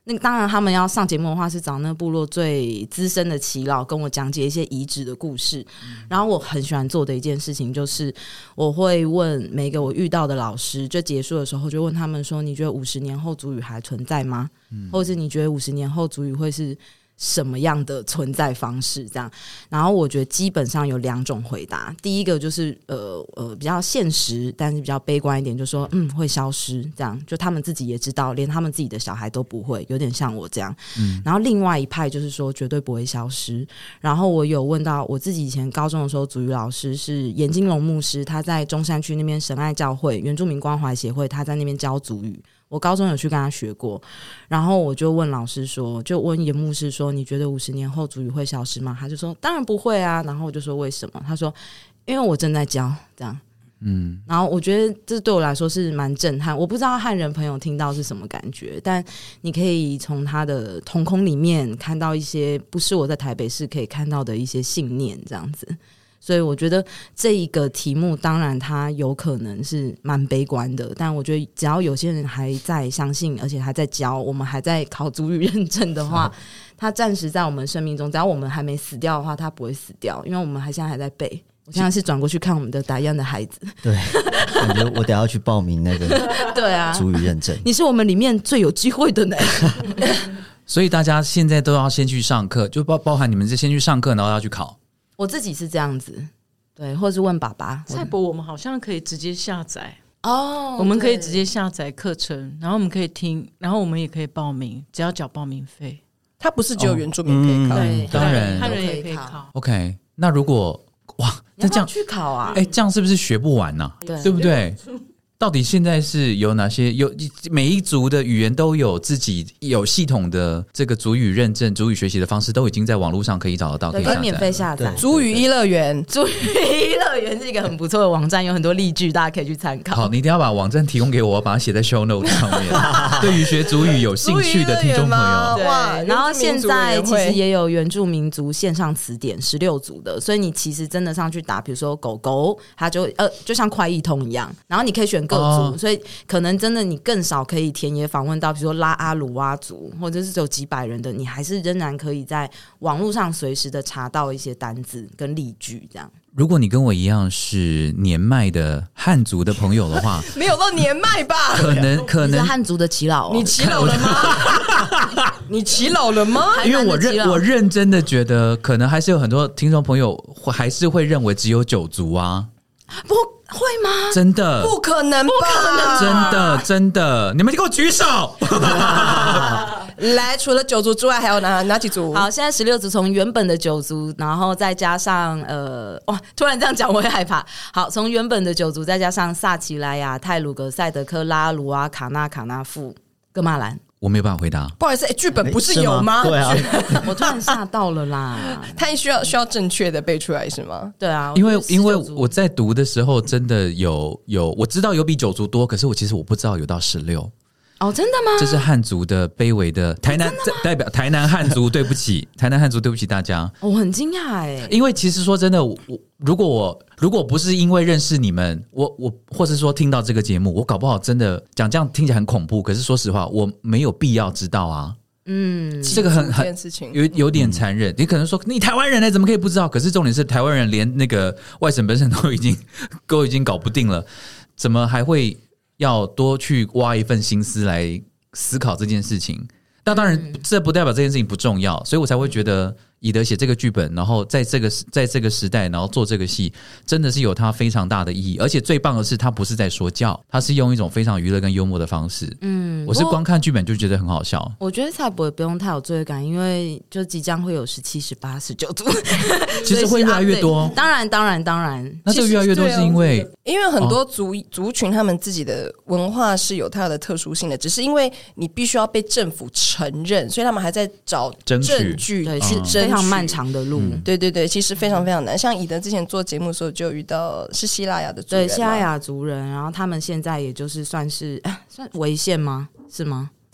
Speaker 2: 那当然他们要上节目的话是找那个部落最资深的耆老跟我讲解一些遗址的故事。然后我很喜欢做的一件事情就是我会问每个我遇到的老师，就结束的时候就问他们说，你觉得50年后族语还存在吗？或者是你觉得50年后族语会是什么样的存在方式这样。然后我觉得基本上有2种回答。第一个就是比较现实但是比较悲观一点，就说会消失这样，就他们自己也知道连他们自己的小孩都不会，有点像我这样。然后另外一派就是说绝对不会消失。然后我有问到我自己以前高中的时候族语老师是严金龙牧师，他在中山区那边神爱教会原住民关怀协会，他在那边教族语，我高中有去跟他学过。然后我就问老师说，就问严牧师说，你觉得50年后族语会消失吗？他就说当然不会啊。然后我就说为什么？他说因为我正在教这样。然后我觉得这对我来说是蛮震撼，我不知道汉人朋友听到是什么感觉，但你可以从他的瞳孔里面看到一些不是我在台北市可以看到的一些信念这样子。所以我觉得这一个题目当然它有可能是蛮悲观的，但我觉得只要有些人还在相信而且还在教，我们还在考族语认证的话，它暂时在我们生命中，只要我们还没死掉的话，它不会死掉，因为我们现在还在背。我现在是转过去看我们的打样的孩子，
Speaker 4: 对，感觉我等一下要去报名那个
Speaker 2: 对啊，
Speaker 4: 族语认证。
Speaker 2: 你是我们里面最有机会的呢。
Speaker 1: 所以大家现在都要先去上课，就包含你们是先去上课，然后要去考。
Speaker 2: 我自己是这样子，对，或是问爸爸。
Speaker 5: 蔡博，我们好像可以直接下载
Speaker 2: 哦，
Speaker 5: 我们可以直接下载课程，然后我们可以听，然后我们也可以报名，只要缴报名费。
Speaker 3: 它不是只有原住民可以考，
Speaker 2: 对，
Speaker 1: 当然
Speaker 5: 汉人也可以考。
Speaker 1: OK， 那如果哇，那这样
Speaker 2: 去考啊？
Speaker 1: 这样是不是学不完呢？对不对？到底现在是有哪些？有每一族的语言都有自己有系统的这个族语认证、族语学习的方式，都已经在网络上可以找得到，可以下载，
Speaker 2: 免费下载。
Speaker 3: 族语一乐园，
Speaker 2: 族语一乐园是一个很不错的网站，有很多例句，大家可以去参考。
Speaker 1: 好，你一定要把网站提供给我，把它写在 show note 上面。对于学族语有兴趣的听众朋友，
Speaker 2: 哇！然后现在其实也有原住民族线上词典16组的，所以你其实真的上去打，比如说狗狗，它就像快译通一样，然后你可以选各族，所以可能真的你更少可以田野访问到，比如说拉阿鲁哇族，或者是只有几百人的，你还是仍然可以在网络上随时的查到一些单字跟例句这样。
Speaker 1: 如果你跟我一样是年迈的汉族的朋友的话，
Speaker 3: 没有到年迈吧？
Speaker 1: 可能
Speaker 2: 你是汉族的耆老
Speaker 3: 你耆老了吗？你耆老了吗？
Speaker 1: 因为我认真的觉得，可能还是有很多听众朋友还是会认为只有9族啊。
Speaker 2: 不会吗？
Speaker 1: 真的
Speaker 3: 不可能吧？
Speaker 2: 不可能
Speaker 1: 真的，你们给我举手！
Speaker 3: 来，除了9族之外，还有哪几族？
Speaker 2: 好，现在16族，从原本的9族，然后再加上哇，突然这样讲我会害怕。好，从原本的9族，再加上萨奇莱雅、泰鲁格、赛德克、拉鲁阿、卡纳富、噶玛兰。
Speaker 1: 我没有办法回答，
Speaker 3: 不好意思，剧本不是有吗？
Speaker 4: 对啊，
Speaker 2: 我突然吓到了啦！
Speaker 3: 他需要正确的背出来是吗？
Speaker 2: 对啊，
Speaker 1: 因为我在读的时候真的有我知道有比9族多，可是其实我不知道有到16。
Speaker 2: 哦，真的吗？
Speaker 1: 这是汉族的卑微的台南，代表台南汉族，对不起，台南汉族，对不起大家。
Speaker 2: 我很惊讶哎，
Speaker 1: 因为其实说真的，如果不是因为认识你们，我或是说听到这个节目，我搞不好真的讲这样听起来很恐怖，可是说实话，我没有必要知道啊。这个很有点残忍。你可能说你台湾人呢，怎么可以不知道？可是重点是台湾人连那个外省本省都已经搞不定了，怎么还会要多去挖一份心思来思考这件事情？那当然，这不代表这件事情不重要，所以我才会觉得以德写这个剧本，然后在这个时代，然后做这个戏，真的是有它非常大的意义。而且最棒的是，它不是在说教，它是用一种非常娱乐跟幽默的方式。我是光看剧本就觉得很好笑。
Speaker 2: 我觉得蔡博也不用太有罪恶感，因为就即将会有17、18、19族，
Speaker 1: 其实会越来越多。
Speaker 2: 当然。
Speaker 1: 那这个越来越多是因为
Speaker 3: 很多族群他们自己的文化是有它的特殊性的，只是因为你必须要被政府承认，所以他们还在找证据，
Speaker 2: 对，是非常漫长的路。
Speaker 3: 对，其实非常非常难。像以德之前做节目的时候，就遇到是西拉雅的族人，
Speaker 2: 对，西拉雅族人，然后他们现在也就是算违宪吗？是吗？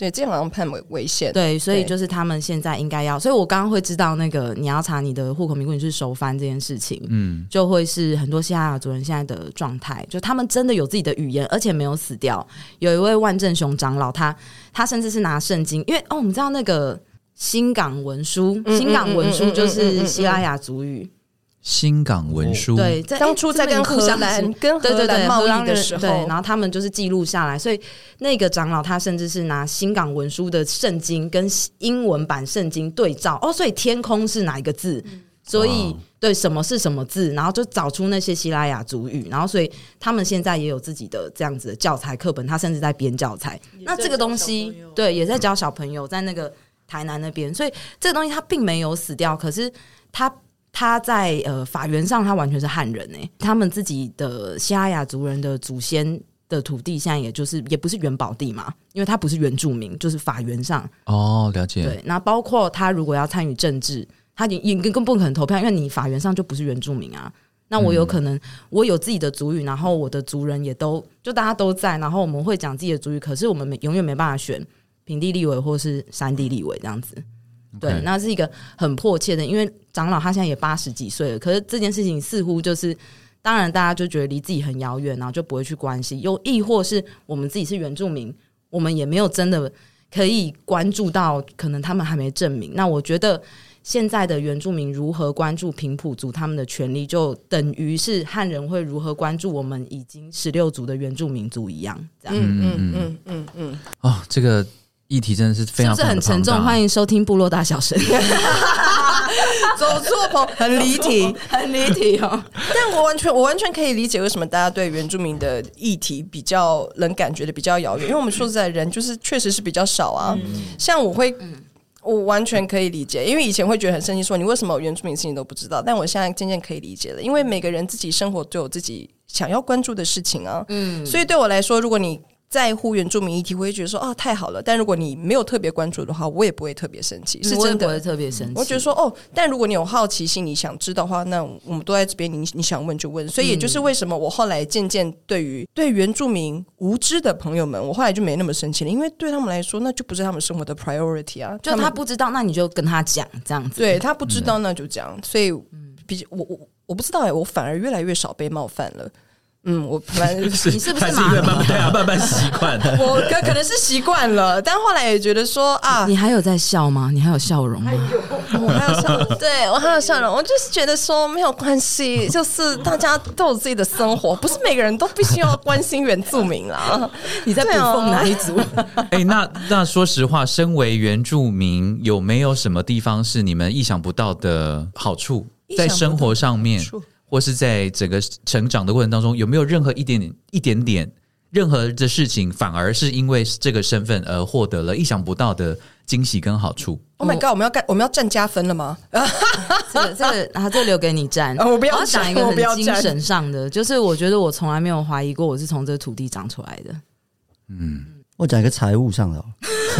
Speaker 3: 对，这样好像判违宪。
Speaker 2: 对，所以就是他们现在应该要，所以我刚刚会知道那个你要查你的户口名簿你是熟番这件事情，就会是很多西拉雅族人现在的状态，就他们真的有自己的语言，而且没有死掉。有一位万正雄长老，他甚至是拿圣经，因为我们知道那个新港文书，新港文书就是西拉雅族语。
Speaker 1: 新港文书，
Speaker 2: 对，
Speaker 3: 当初在跟荷兰贸易的时候，
Speaker 2: 对，然后他们就是记录下来，所以那个长老他甚至是拿新港文书的圣经跟英文版圣经对照，所以天空是哪一个字，所以对什么是什么字，然后就找出那些西拉雅族语，然后所以他们现在也有自己的这样子的教材课本，他甚至在编教材。那这个东西，对，也在教小朋友，在那个台南那边，所以这个东西它并没有死掉，可是他在法源上他完全是汉人他们自己的西拉雅族人的祖先的土地现在也不是原保地嘛，因为他不是原住民，就是法源上
Speaker 1: 了解。
Speaker 2: 对，那包括他如果要参与政治，他也更不可能投票，因为你法源上就不是原住民啊。那我有可能我有自己的族语，然后我的族人也都就大家都在，然后我们会讲自己的族语，可是我们永远没办法选平地立委或是山地立委这样子。对，那是一个很迫切的，因为长老他现在也80几岁了，可是这件事情似乎就是当然大家就觉得离自己很遥远，然后就不会去关心，又亦或是我们自己是原住民，我们也没有真的可以关注到，可能他们还没证明。那我觉得现在的原住民如何关注平埔族他们的权利，就等于是汉人会如何关注我们已经16族的原住民族一样。这样，
Speaker 1: 这个议题真的是非常
Speaker 2: 是不是很沉重？欢迎收听部落大小声。
Speaker 3: 走错棚，很离题，
Speaker 2: 很离题哦。
Speaker 3: 但我完全可以理解为什么大家对原住民的议题比较能感觉的比较遥远，因为我们说实在人就是确实是比较少啊。像我完全可以理解，因为以前会觉得很生气，说你为什么原住民事情都不知道？但我现在渐渐可以理解了，因为每个人自己生活都有自己想要关注的事情啊。所以对我来说，如果你在乎原住民议题，我会觉得说太好了。但如果你没有特别关注的话，我也不会特别生气，是真的，
Speaker 2: 我也不会特别生气。
Speaker 3: 我觉得说但如果你有好奇心，你想知道的话，那我们都在这边，你想问就问。所以也就是为什么我后来渐渐对原住民无知的朋友们，我后来就没那么生气了，因为对他们来说，那就不是他们生活的 priority 啊。
Speaker 2: 就他不知道，那你就跟他讲这样子。
Speaker 3: 对，他不知道，那就讲。所以我不知道我反而越来越少被冒犯了。我你
Speaker 2: 是不是
Speaker 1: 慢慢习惯？
Speaker 3: 我可能是习惯了，但后来也觉得说
Speaker 2: 你还有在笑吗？你还有笑容吗？
Speaker 3: 我还有笑容，对，我还有笑容。我就是觉得说没有关系，就是大家都有自己的生活，不是每个人都必须要关心原住民啦。
Speaker 2: 你在捕风哪一族？
Speaker 1: 那说实话，身为原住民，有没有什么地方是你们意想不到的好处，在生活上面？或是在整个成长的过程当中，有没有任何一点点任何的事情，反而是因为这个身份而获得了意想不到的惊喜跟好处？
Speaker 3: Oh my god， 我们要占加分了吗？
Speaker 2: 这个留给你占。
Speaker 3: 我不要
Speaker 2: 我讲一个很精神上的，就是我觉得我从来没有怀疑过我是从这个土地长出来的。
Speaker 4: 我讲一个财务上的。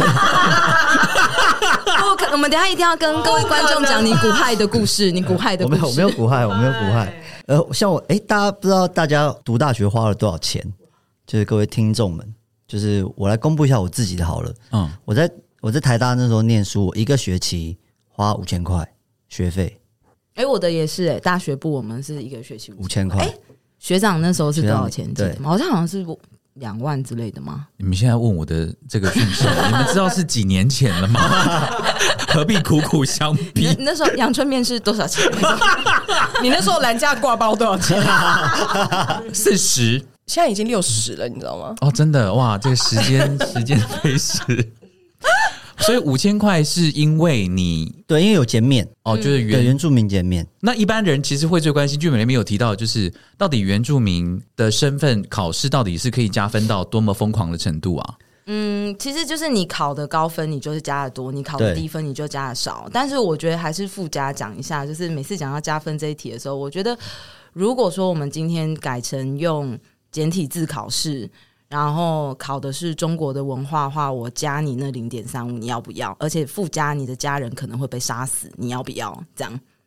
Speaker 2: 我们等一下一定要跟各位观众讲你股害的故事，你股害的故事。
Speaker 4: 我没有股害，我没有股害。像我，大家不知道大家读大学花了多少钱？就是各位听众们，就是我来公布一下我自己的好了。我在台大那时候念书，我一个学期花5000块学费。
Speaker 2: 我的也是大学部我们是一个学期
Speaker 4: 5000块。
Speaker 2: 学长那时候是多少钱？对，好像是2万之类的吗？
Speaker 1: 你们现在问我的这个讯息，你们知道是几年前了吗？何必苦苦相逼？
Speaker 2: 你那时候阳春面是多少钱？
Speaker 3: 你那时候蓝价挂包多少钱
Speaker 1: ？40，
Speaker 3: 现在已经60了，你知道吗？
Speaker 1: 真的哇，这个时间飞逝。所以5000块是因为因
Speaker 4: 为有减免
Speaker 1: 就是
Speaker 4: 原住民减免。
Speaker 1: 那一般人其实会最关心，剧本里面有提到，就是到底原住民的身份考试到底是可以加分到多么疯狂的程度啊？
Speaker 2: 其实就是你考的高分，你就是加的多；你考的低分，你就加的少。但是我觉得还是附加讲一下，就是每次讲到加分这一题的时候，我觉得如果说我们今天改成用简体字考试，然后考的是中国的文化的话，我加你那0.35，你要不要？而且附加你的家人可能会被杀死，你要不要？这样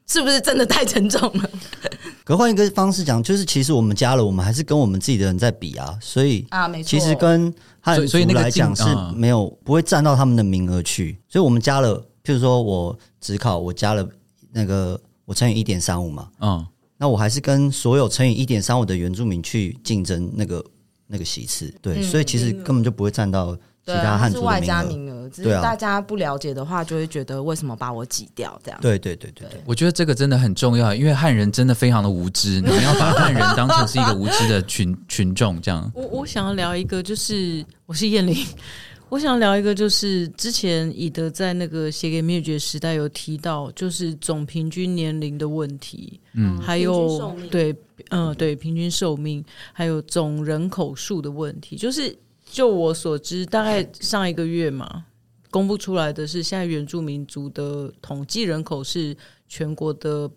Speaker 2: 是不是真的太沉重了？
Speaker 4: 可换一个方式讲，就是其实我们加了，我们还是跟我们自己的人在比啊，所以
Speaker 2: 没错，
Speaker 4: 其实跟汉族来讲是没有不会占到他们的名额去，所以我们加了，譬如说我指考我加了那个我乘以 1.35 嘛，那我还是跟所有乘以 1.35 的原住民去竞争那个席次，对，所以其实根本就不会占到其他汉族的名额，
Speaker 2: 是外加名额，只是大家不了解的话，就会觉得为什么把我挤掉这样。
Speaker 4: 对，
Speaker 1: 我觉得这个真的很重要，因为汉人真的非常的无知，你们要把汉人当成是一个无知的群众这样。
Speaker 5: 我想要聊一个，就是我是燕玲，我想聊一个，就是之前以德在那个写给灭绝时代有提到，就是总平均年龄的问题，还有对平均寿命，还有总人口数的问题，就我所知，大概上一个月嘛，公布出来的是现在原住民族的统计人口是全国的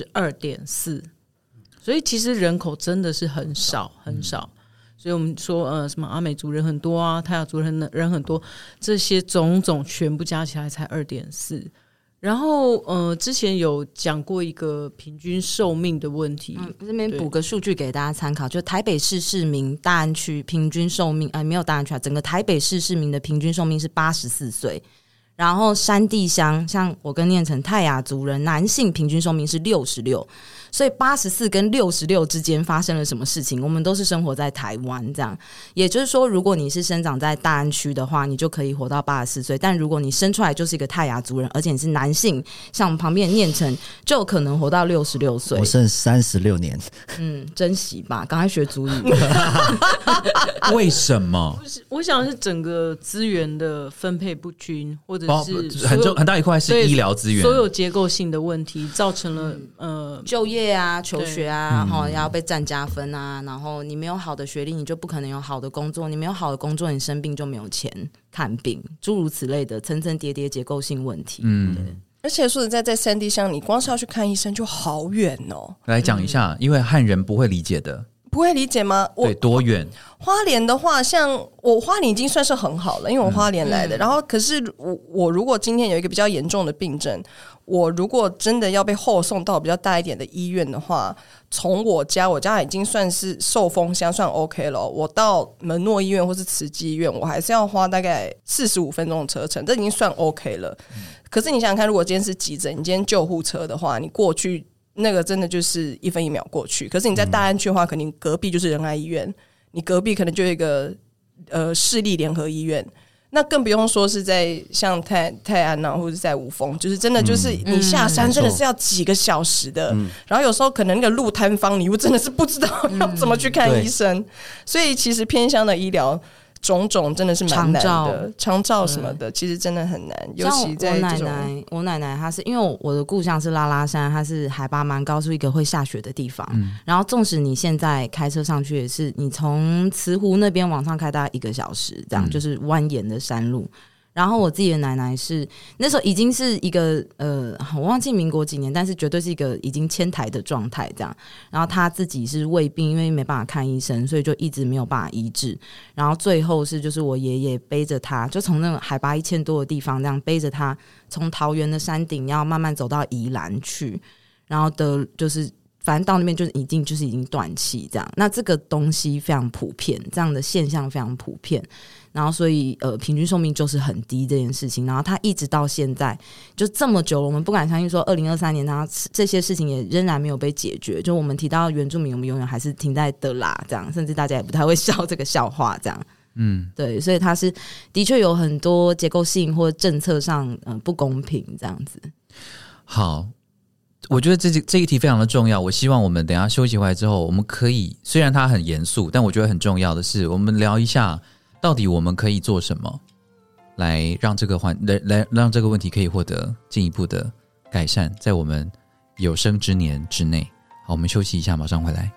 Speaker 5: 2.4%， 所以其实人口真的是很少很少。所以我们说什么阿美族人很多啊，泰雅族人很多，这些种种全部加起来才 2.4%。然后之前有讲过一个平均寿命的问题，
Speaker 2: 这边补个数据给大家参考，就台北市市民大安区平均寿命没有大安区整个台北市市民的平均寿命是84岁，然后山地乡像我跟念成泰雅族人男性平均寿命是66，所以84跟66之间发生了什么事情？我们都是生活在台湾，这样也就是说，如果你是生长在大安区的话，你就可以活到84岁；但如果你生出来就是一个泰雅族人，而且你是男性，像我们旁边的念成，就有可能活到66岁。
Speaker 4: 我剩36年，
Speaker 2: 珍惜吧，赶快学族语。
Speaker 1: 为什么？
Speaker 5: 我想是整个资源的分配不均，或者是
Speaker 1: 很大一块是医疗资源，
Speaker 5: 所有结构性的问题造成了
Speaker 2: 就业啊、求学啊，要被占加分啊，然后你没有好的学历，你就不可能有好的工作，你没有好的工作，你生病就没有钱看病，诸如此类的层层叠叠结构性问题。
Speaker 3: 而且说实在，在山地乡，你光是要去看医生就好远哦。
Speaker 1: 来讲一下，因为汉人不会理解的。
Speaker 3: 不会理解吗？
Speaker 1: 对，多远？
Speaker 3: 花莲的话，像我花莲已经算是很好了，因为我花莲来的。然后，可是我如果今天有一个比较严重的病症，我如果真的要被后送到比较大一点的医院的话，从我家已经算是寿丰乡算 OK 了，我到门诺医院或是慈济医院，我还是要花大概45分钟的车程，这已经算 OK 了。可是你想想看，如果今天是急诊，你今天救护车的话，你过去那个真的就是1分1秒过去。可是你在大安区的话，肯定隔壁就是仁爱医院，你隔壁可能就有一个市立联合医院，那更不用说是在像泰安啊，或者在五峰，就是真的就是你下山真的是要几个小时的。然后有时候可能那个路摊方，你又真的是不知道要怎么去看医生，所以其实偏乡的医疗种种真的是蛮难的，长照什么的其实真的很难，尤其在这种
Speaker 2: 我奶奶她是因为我的故乡是拉拉山，它是海拔蛮高，是一个会下雪的地方，然后纵使你现在开车上去也是你从慈湖那边往上开大概1个小时，这样就是蜿蜒的山路。然后我自己的奶奶是那时候已经是一个我忘记民国几年，但是绝对是一个已经迁台的状态这样。然后她自己是胃病，因为没办法看医生，所以就一直没有办法医治。然后最后是就是我爷爷背着她，就从那个海拔1000多的地方这样背着她，从桃园的山顶要慢慢走到宜兰去，然后就是反正到那边就是已经断气这样。那这个东西非常普遍，这样的现象非常普遍。然后所以平均寿命就是很低这件事情，然后它一直到现在就这么久了，我们不敢相信说2023年它这些事情也仍然没有被解决。就我们提到原住民，我们永远还是停在的啦这样，甚至大家也不太会笑这个笑话这样。对，所以它是的确有很多结构性或政策上不公平这样子。
Speaker 1: 好，我觉得这一题非常的重要。我希望我们等一下休息回来之后，我们可以虽然它很严肃，但我觉得很重要的是，我们聊一下到底我们可以做什么来让这个让这个问题可以获得进一步的改善，在我们有生之年之内。好，我们休息一下，马上回来。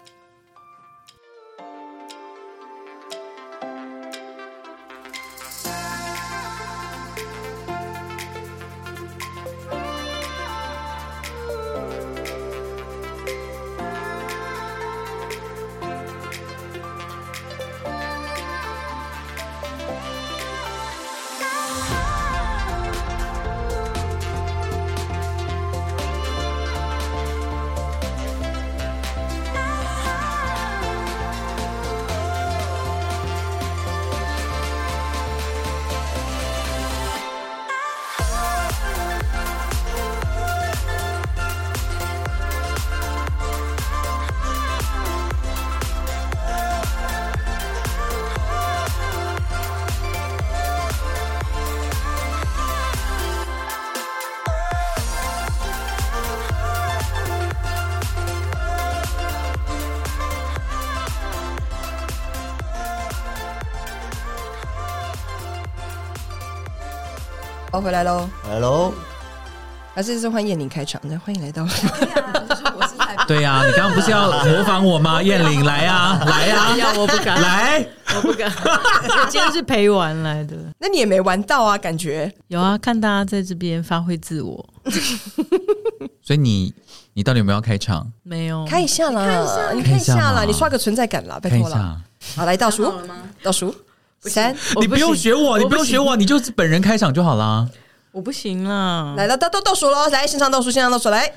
Speaker 3: 好，回来喽，
Speaker 4: 来喽！
Speaker 3: 还是换燕玲开场，那欢迎来到。
Speaker 1: 对呀、你刚刚不是要模仿我吗？燕玲，来啊，来啊！
Speaker 5: 要我不敢，
Speaker 1: 来，
Speaker 5: 我不敢。我今天是陪玩来的。
Speaker 3: 那你也没玩到啊，感觉
Speaker 5: 有啊，看大家在这边发挥自我。
Speaker 1: 所以你到底有没有要开场？
Speaker 5: 没有，
Speaker 3: 开一下啦，你
Speaker 1: 开一下嘛
Speaker 3: 啦，你刷个存在感啦，拜
Speaker 1: 开一
Speaker 3: 托啦。
Speaker 1: 下。
Speaker 3: 好，来倒数，倒数3，
Speaker 1: 你不用学我，你不用学我，你就本人开场就好啦。
Speaker 5: 我不行啦。
Speaker 3: 来倒数喽，来现场倒数，来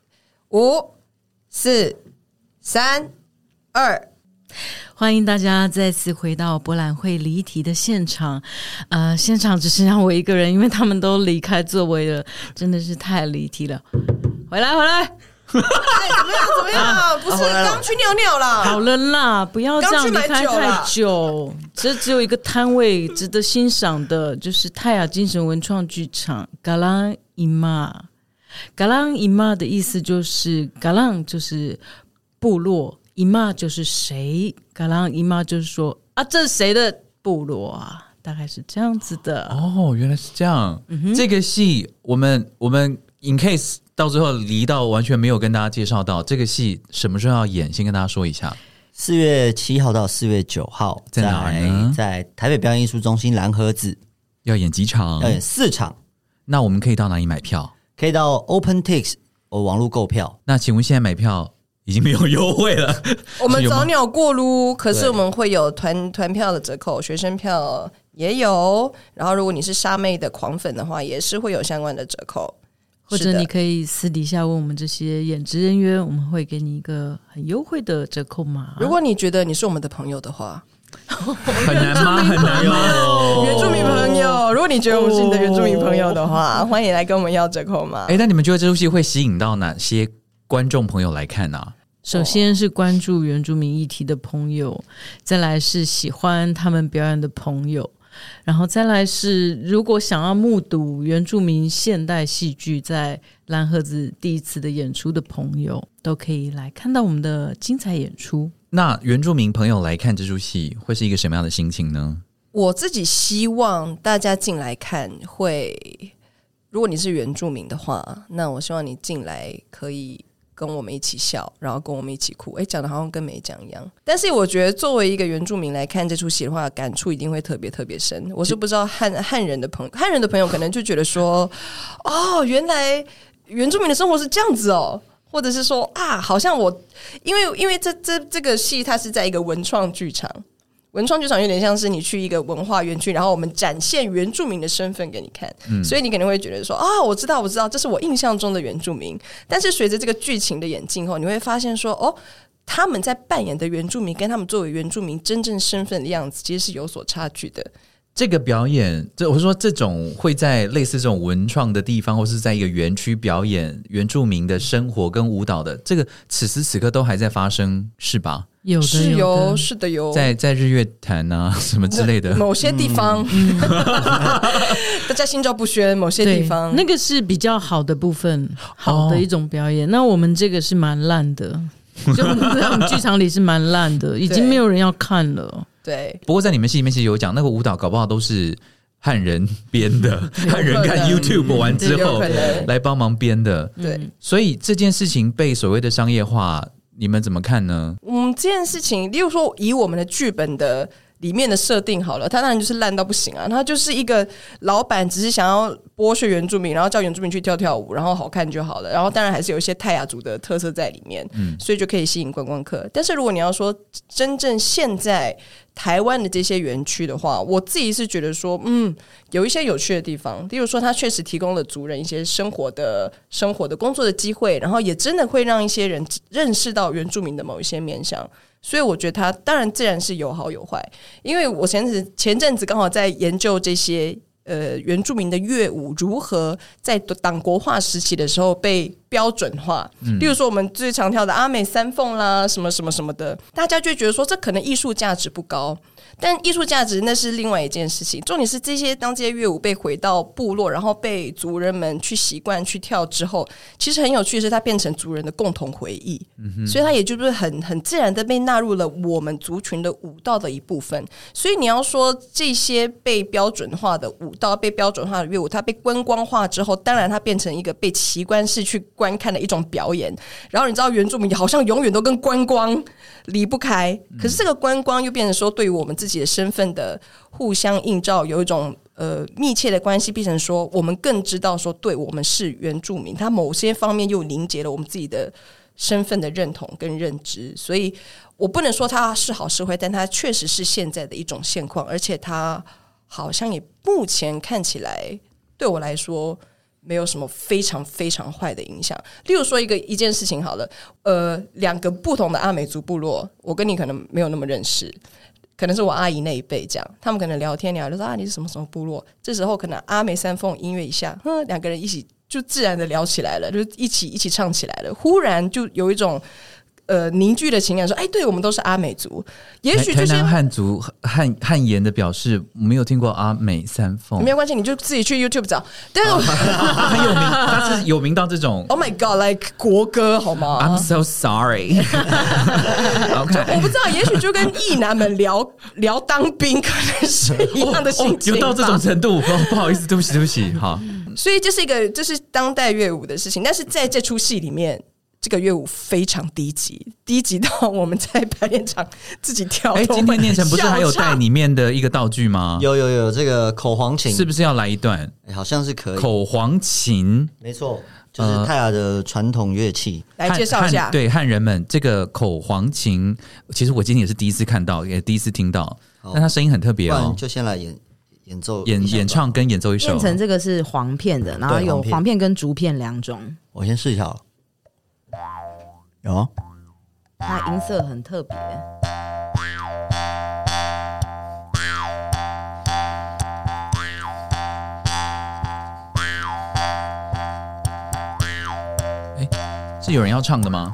Speaker 3: ，5、4、3、2。
Speaker 5: 欢迎大家再次回到博览会离题的现场。现场只剩下我一个人，因为他们都离开座位了，真的是太离题了。回来。
Speaker 3: 怎么样？不是刚去尿尿啦？
Speaker 5: 好了啦，不要这样离开太久。这只有一个摊位值得欣赏的，就是泰雅精神文创剧场嘎朗伊玛。嘎朗伊玛的意思就是嘎朗就是部落，伊玛就是谁，嘎朗伊玛就是说啊，这是谁的部落啊？大概是这样子的。
Speaker 1: 哦，原来是这样。这个戏我们 in case 到最后离到完全没有跟大家介绍到这个戏什么时候要演，先跟大家说一下。
Speaker 4: 4月7号到4月9号，
Speaker 1: 在哪儿呢？
Speaker 4: 在台北表演艺术中心蓝盒子。
Speaker 1: 要演几场？
Speaker 4: 要演4场。
Speaker 1: 那我们可以到哪里买票？
Speaker 4: 可以到 OpenTix 网络购票。
Speaker 1: 那请问现在买票已经没有优惠了？
Speaker 3: 我们早鸟过路，可是我们会有团票的折扣，学生票也有。然后如果你是沙妹的狂粉的话，也是会有相关的折扣。
Speaker 5: 或者你可以私底下问我们这些演职人员，我们会给你一个很优惠的折扣码。
Speaker 3: 如果你觉得你是我们的朋友的话，
Speaker 1: 很难吗？很难吗？
Speaker 3: 原住民朋友，如果你觉得我们是你的原住民朋友的话，欢迎来跟我们要折扣码。
Speaker 1: 那你们觉得这出戏会吸引到哪些观众朋友来看呢？
Speaker 5: 首先是关注原住民议题的朋友，再来是喜欢他们表演的朋友，然后再来是如果想要目睹原住民现代戏剧在蓝盒子第一次的演出的朋友，都可以来看到我们的精彩演出。
Speaker 1: 那原住民朋友来看这出戏会是一个什么样的心情呢？
Speaker 3: 我自己希望大家进来看会，如果你是原住民的话，那我希望你进来可以跟我们一起笑，然后跟我们一起哭。讲的好像跟没讲一样。但是我觉得作为一个原住民来看这出戏的话，感触一定会特别特别深。我是不知道汉人的朋友可能就觉得说，哦，原来原住民的生活是这样子哦。或者是说啊，好像我因为这个戏它是在一个文创剧场，文创剧场有点像是你去一个文化园区，然后我们展现原住民的身份给你看，所以你可能会觉得说啊，我知道，这是我印象中的原住民。但是随着这个剧情的演进后，你会发现说，哦，他们在扮演的原住民跟他们作为原住民真正身份的样子，其实是有所差距的。
Speaker 1: 这个表演，我是说这种会在类似这种文创的地方，或是在一个园区表演原住民的生活跟舞蹈的，这个此时此刻都还在发生，是吧？
Speaker 5: 有的，
Speaker 3: 是的有，
Speaker 1: 在日月潭啊什么之类的
Speaker 3: 某些地方，大家心照不宣。某些地方
Speaker 5: 那个是比较好的部分，好的一种表演。那我们这个是蛮烂的，就在我们剧场里是蛮烂的，已经没有人要看了。
Speaker 3: 对，
Speaker 1: 不过在你们戏里面其实有讲，那个舞蹈搞不好都是汉人编的，汉人看 YouTube 完之后来帮忙编的。
Speaker 3: 对，
Speaker 1: 所以这件事情被所谓的商业化，你们怎么看呢？
Speaker 3: 这件事情，例如说以我们的剧本的里面的设定好了，它当然就是烂到不行啊。它就是一个老板只是想要剥削原住民，然后叫原住民去跳舞，然后好看就好了。然后当然还是有一些泰雅族的特色在里面，所以就可以吸引观光客。但是如果你要说真正现在台湾的这些园区的话，我自己是觉得说，有一些有趣的地方。例如说，它确实提供了族人一些生活的工作的机会，然后也真的会让一些人认识到原住民的某一些面向。所以我觉得它当然自然是有好有坏，因为我前阵子刚好在研究这些原住民的乐舞如何在党国化时期的时候被标准化，例如说我们最常跳的阿美三凤啦，什么什么什么的，大家就会觉得说这可能艺术价值不高。 但艺术价值那是另外一件事情。重点是当这些乐舞被回到部落，然后被族人们去习惯去跳之后，其实很有趣的是它变成族人的共同回忆，所以它也就是很自然的被纳入了我们族群的舞蹈的一部分。所以你要说这些被标准化的舞蹈、被标准化的乐舞，它被观光化之后，当然它变成一个被奇观式去观看的一种表演。然后你知道原住民好像永远都跟观光离不开，可是这个观光又变成说对于我们自己的身份的互相映照有一种密切的关系，变成说我们更知道说对我们是原住民，它某些方面又凝结了我们自己的身份的认同跟认知。所以我不能说它是好是坏，但它确实是现在的一种现况，而且它好像也目前看起来对我来说没有什么非常非常坏的影响。例如说一件事情好了，两个不同的阿美族部落，我跟你可能没有那么认识，可能是我阿姨那一辈这样，他们可能聊天就说你是什么什么部落，这时候可能阿美三凤音乐一下，两个人一起就自然的聊起来了，就一起唱起来了，忽然就有一种凝聚的情感，说对，我们都是阿美族。也许就是
Speaker 1: 台南汉族汉言的表示，没有听过阿美三凤，
Speaker 3: 没有关系，你就自己去 YouTube 找。但是
Speaker 1: 很有名，他是有名到这种
Speaker 3: Oh my God， like 国歌好吗
Speaker 1: ？I'm so sorry 。
Speaker 3: 我不知道，也许就跟异男们聊当兵，可能是一样的心情吧。
Speaker 1: 有到这种程度，不好意思，对不起，好。
Speaker 3: 所以这是当代乐舞的事情，但是在这出戏里面。这个乐舞非常低级到我们在排练场自己跳。
Speaker 1: 今天念成不是还有带里面的一个道具吗？
Speaker 4: 有这个口簧琴，
Speaker 1: 是不是要来一段？
Speaker 4: 好像是可以。
Speaker 1: 口簧琴，
Speaker 4: 没错，就是泰雅的传统乐器。
Speaker 3: 来介绍一下，
Speaker 1: 对汉人们，这个口簧琴，其实我今天也是第一次看到，也第一次听到，但它声音很特别哦。
Speaker 4: 就先来演奏、
Speaker 1: 演唱跟演奏一首。
Speaker 2: 变成这个是簧片的，然后有簧片跟竹片两种。
Speaker 4: 我先试一下。有，
Speaker 2: 它音色很特别。
Speaker 1: 是有人要唱的吗？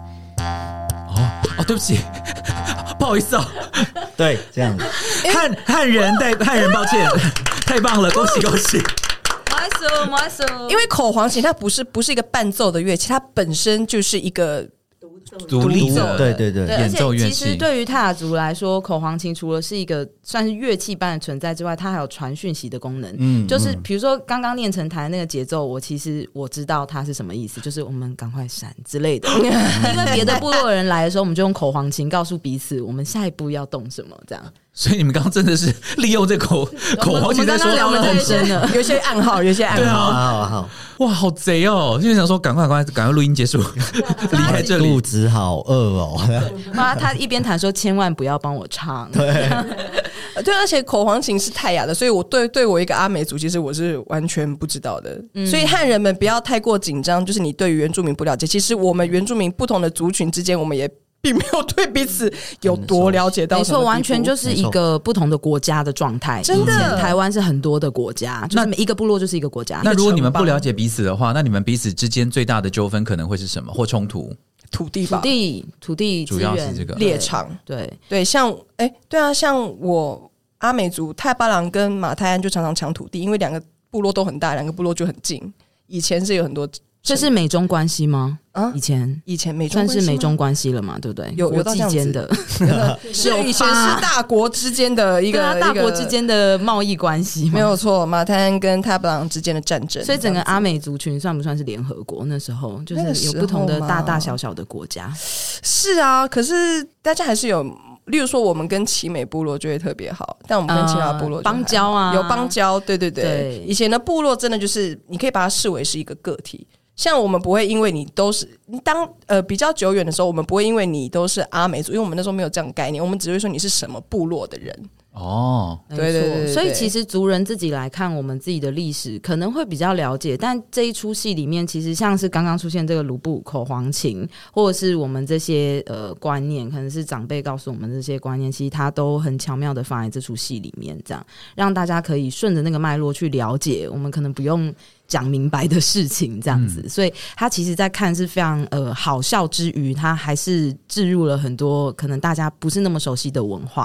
Speaker 1: 对不起，不好意思
Speaker 4: 对，这样子。
Speaker 1: 汉人，抱歉，太棒了，恭喜！
Speaker 3: 因为口簧琴它不是一个伴奏的乐器，它本身就是一个
Speaker 1: 独立的，
Speaker 4: 对
Speaker 1: 演奏乐器。
Speaker 2: 其实对于泰雅族来说，口簧琴除了是一个算是乐器般的存在之外，它还有传讯息的功能。就是比如说刚刚念成台那个节奏，我知道它是什么意思，就是我们赶快闪之类的。因为别的部落的人来的时候，我们就用口簧琴告诉彼此我们下一步要动什么，这样。
Speaker 1: 所以你们刚刚真的是利用这口簧琴在说
Speaker 2: 聊得很深了，
Speaker 3: 有些暗号，对
Speaker 4: 啊，
Speaker 1: 哇，好贼哦！就想说赶快录音结束，离开这里。
Speaker 4: 肚子好饿哦。
Speaker 2: 他一边弹说千万不要帮我唱。
Speaker 3: 对，而且口簧琴是泰雅的，所以我对我一个阿美族，其实我是完全不知道的。所以汉人们不要太过紧张，就是你对于原住民不了解，其实我们原住民不同的族群之间，我们也并没有对彼此有多了解到。
Speaker 2: 没错，完全就是一个不同的国家的状态。真的，台湾是很多的国家，就是每一个部落就是一个国家。
Speaker 1: 那如果你们不了解彼此的话，那你们彼此之间最大的纠纷可能会是什么？或冲突？
Speaker 3: 土地吧，
Speaker 2: 土地
Speaker 1: 主要是这个
Speaker 3: 猎场。对，像像我阿美族泰巴朗跟马泰安就常常抢土地，因为两个部落都很大，两个部落就很近。以前是有很多。
Speaker 2: 这是美中关系吗？以前
Speaker 3: 美中
Speaker 2: 算是美中关系了嘛，对不对？
Speaker 3: 有
Speaker 2: 国际间的，
Speaker 3: 以前是大国之间的一个
Speaker 2: 大国之间的贸易关系，
Speaker 3: 没有错。马泰安跟泰布朗之间的战争，
Speaker 2: 所以整个阿美族群算不算是联合国？那时候就是有不同的大大小小的国家。
Speaker 3: 是啊，可是大家还是有。例如说我们跟奇美部落就会特别好，但我们跟其他部落
Speaker 2: 邦交啊，
Speaker 3: 有邦交。对，以前的部落真的就是你可以把它视为是一个个体。像我们不会因为你都是比较久远的时候，我们不会因为你都是阿美族，因为我们那时候没有这样的概念，我们只会说你是什么部落的人。对，
Speaker 2: 所以其实族人自己来看我们自己的历史可能会比较了解，但这一出戏里面其实像是刚刚出现这个卢布口簧琴，或者是我们这些观念，可能是长辈告诉我们这些观念，其实它都很巧妙的放在这出戏里面，这样让大家可以顺着那个脉络去了解我们可能不用讲明白的事情，这样子。所以他其实在看是非常好笑之余，他还是置入了很多可能大家不是那么熟悉的文化。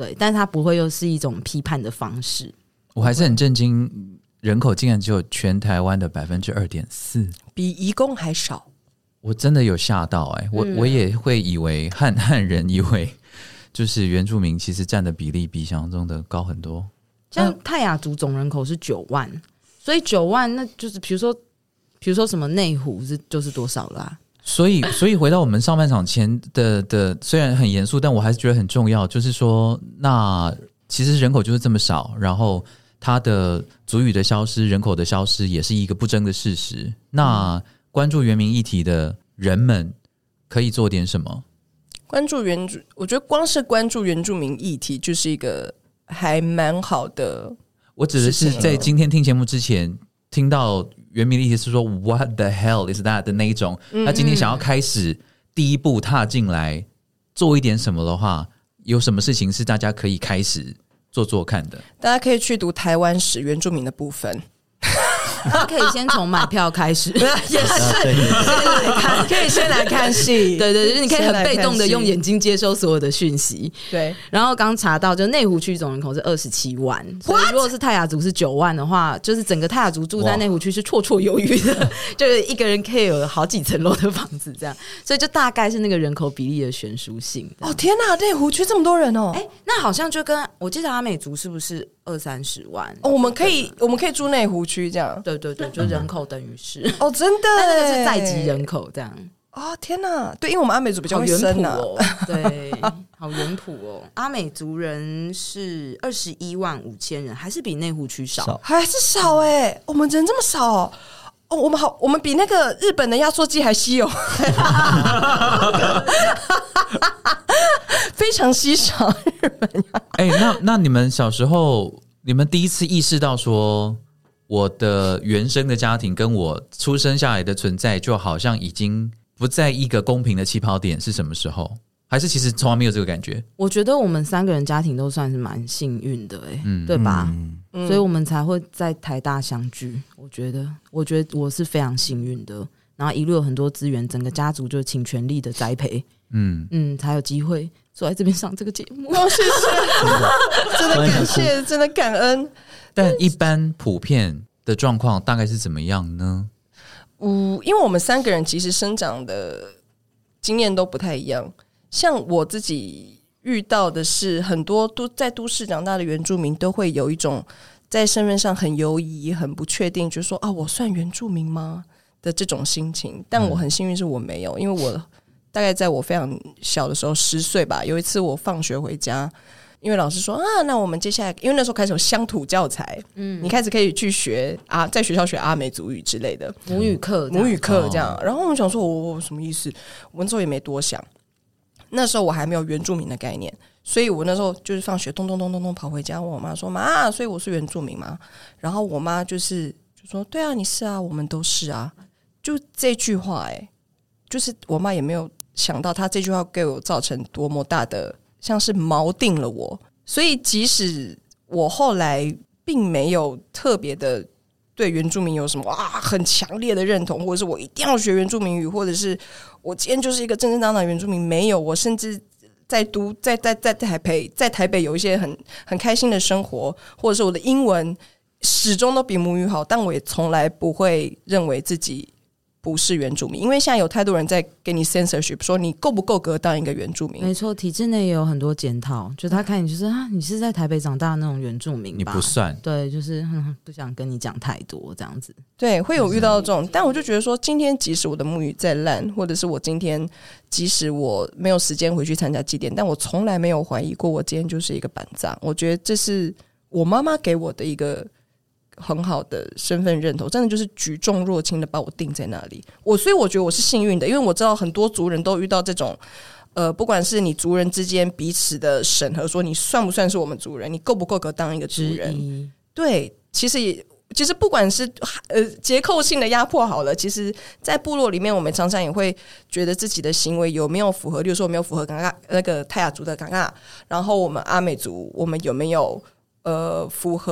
Speaker 2: 对，但是它不会又是一种批判的方式。
Speaker 1: 我还是很震惊，人口竟然只有全台湾的2.4%，
Speaker 3: 比移工还少。
Speaker 1: 我真的有吓到我也会以为汉人以为就是原住民其实占的比例比想象中的高很多。
Speaker 2: 像泰雅族总人口是9万，所以9万那就是比如说什么内湖就是多少啦、
Speaker 1: 所以回到我们上半场前的虽然很严肃，但我还是觉得很重要，就是说那其实人口就是这么少，然后它的族语的消失，人口的消失也是一个不争的事实。那关注原民议题的人们可以做点什么？
Speaker 3: 我觉得光是关注原住民议题就是一个还蛮好的。
Speaker 1: 我指的是在今天听节目之前听到原民议题是说 What the hell is that 的那一种，他今天想要开始第一步踏进来做一点什么的话，有什么事情是大家可以开始做看的？
Speaker 3: 大家可以去读台湾史原住民的部分。
Speaker 2: 可以先从买票开始，
Speaker 3: 也是可以先来看戏，
Speaker 2: 对对，就是你可以很被动的用眼睛接收所有的讯息。对，然后刚查到，就内湖区总人口是27万，所以如果是泰雅族是9万的话，就是整个泰雅族住在内湖区是绰绰有余的，就是一个人可以有好几层楼的房子这样，所以就大概是那个人口比例的悬殊性。
Speaker 3: 哦天哪，内湖区这么多人哦！
Speaker 2: 那好像就跟我记得阿美族是不是20-30万？
Speaker 3: 我们可以住内湖区这样。
Speaker 2: 对对对，就人口等于是
Speaker 3: 真的，
Speaker 2: 但那个是在籍人口这样。
Speaker 3: 天哪，对，因为我们阿美族比较深啊，
Speaker 2: 对，好远谱哦。阿美族人是21万5千人，还是比内湖区少？
Speaker 3: 还是少我们人这么少我们比那个日本的压缩机还稀有，非常稀少。日本
Speaker 1: 那你们小时候，你们第一次意识到说，我的原生的家庭跟我出生下来的存在，就好像已经不在一个公平的起跑点，是什么时候？还是其实从来没有这个感觉？
Speaker 2: 我觉得我们3个人家庭都算是蛮幸运的对吧？所以我们才会在台大相聚。我觉得我是非常幸运的，然后一路有很多资源，整个家族就倾全力的栽培，才有机会坐在这边上这个节目。
Speaker 3: 谢谢，真的感谢，真的感恩。
Speaker 1: 但一般普遍的状况大概是怎么样呢？
Speaker 3: 因为我们3个人其实生长的经验都不太一样。像我自己遇到的是，很多在都市长大的原住民都会有一种在身份上很犹疑、很不确定，就是说我算原住民吗的这种心情。但我很幸运是我没有，因为我大概在我非常小的时候10岁吧，有一次我放学回家，因为老师说那我们接下来，因为那时候开始有乡土教材，你开始可以去学在学校学阿美族语之类的
Speaker 2: 母语课
Speaker 3: 这样。然后我们想说我什么意思，我那时候也没多想。那时候我还没有原住民的概念，所以我那时候就是放学咚咚咚咚咚跑回家，问我妈说妈，所以我是原住民吗？然后我妈就说对啊，你是啊，我们都是啊。就这句话就是我妈也没有想到她这句话给我造成多么大的像是锚定了我。所以即使我后来并没有特别的对原住民有什么很强烈的认同，或者是我一定要学原住民语，或者是我今天就是一个正正当当的原住民，没有。我甚至在台北有一些很开心的生活，或者是我的英文始终都比母语好，但我也从来不会认为自己不是原住民，因为现在有太多人在给你 censorship， 说你够不够格当一个原住民。
Speaker 2: 没错，体制内也有很多检讨，就他看你就是你是在台北长大的那种原住民吧，
Speaker 1: 你不算，
Speaker 2: 对，就是不想跟你讲太多这样子。
Speaker 3: 对，会有遇到这种，但我就觉得说，今天即使我的母语再烂，或者是我今天即使我没有时间回去参加祭典，但我从来没有怀疑过我今天就是一个板藏。我觉得这是我妈妈给我的一个很好的身份认同，真的就是举重若轻的把我定在那里。所以我觉得我是幸运的，因为我知道很多族人都遇到这种不管是你族人之间彼此的审核，说你算不算是我们族人，你够不够格当一个族人。对，其实不管是结构性的压迫好了，其实在部落里面我们常常也会觉得自己的行为有没有符合，例如说有没有符合那个泰雅族的港澳，然后我们阿美族我们有没有符合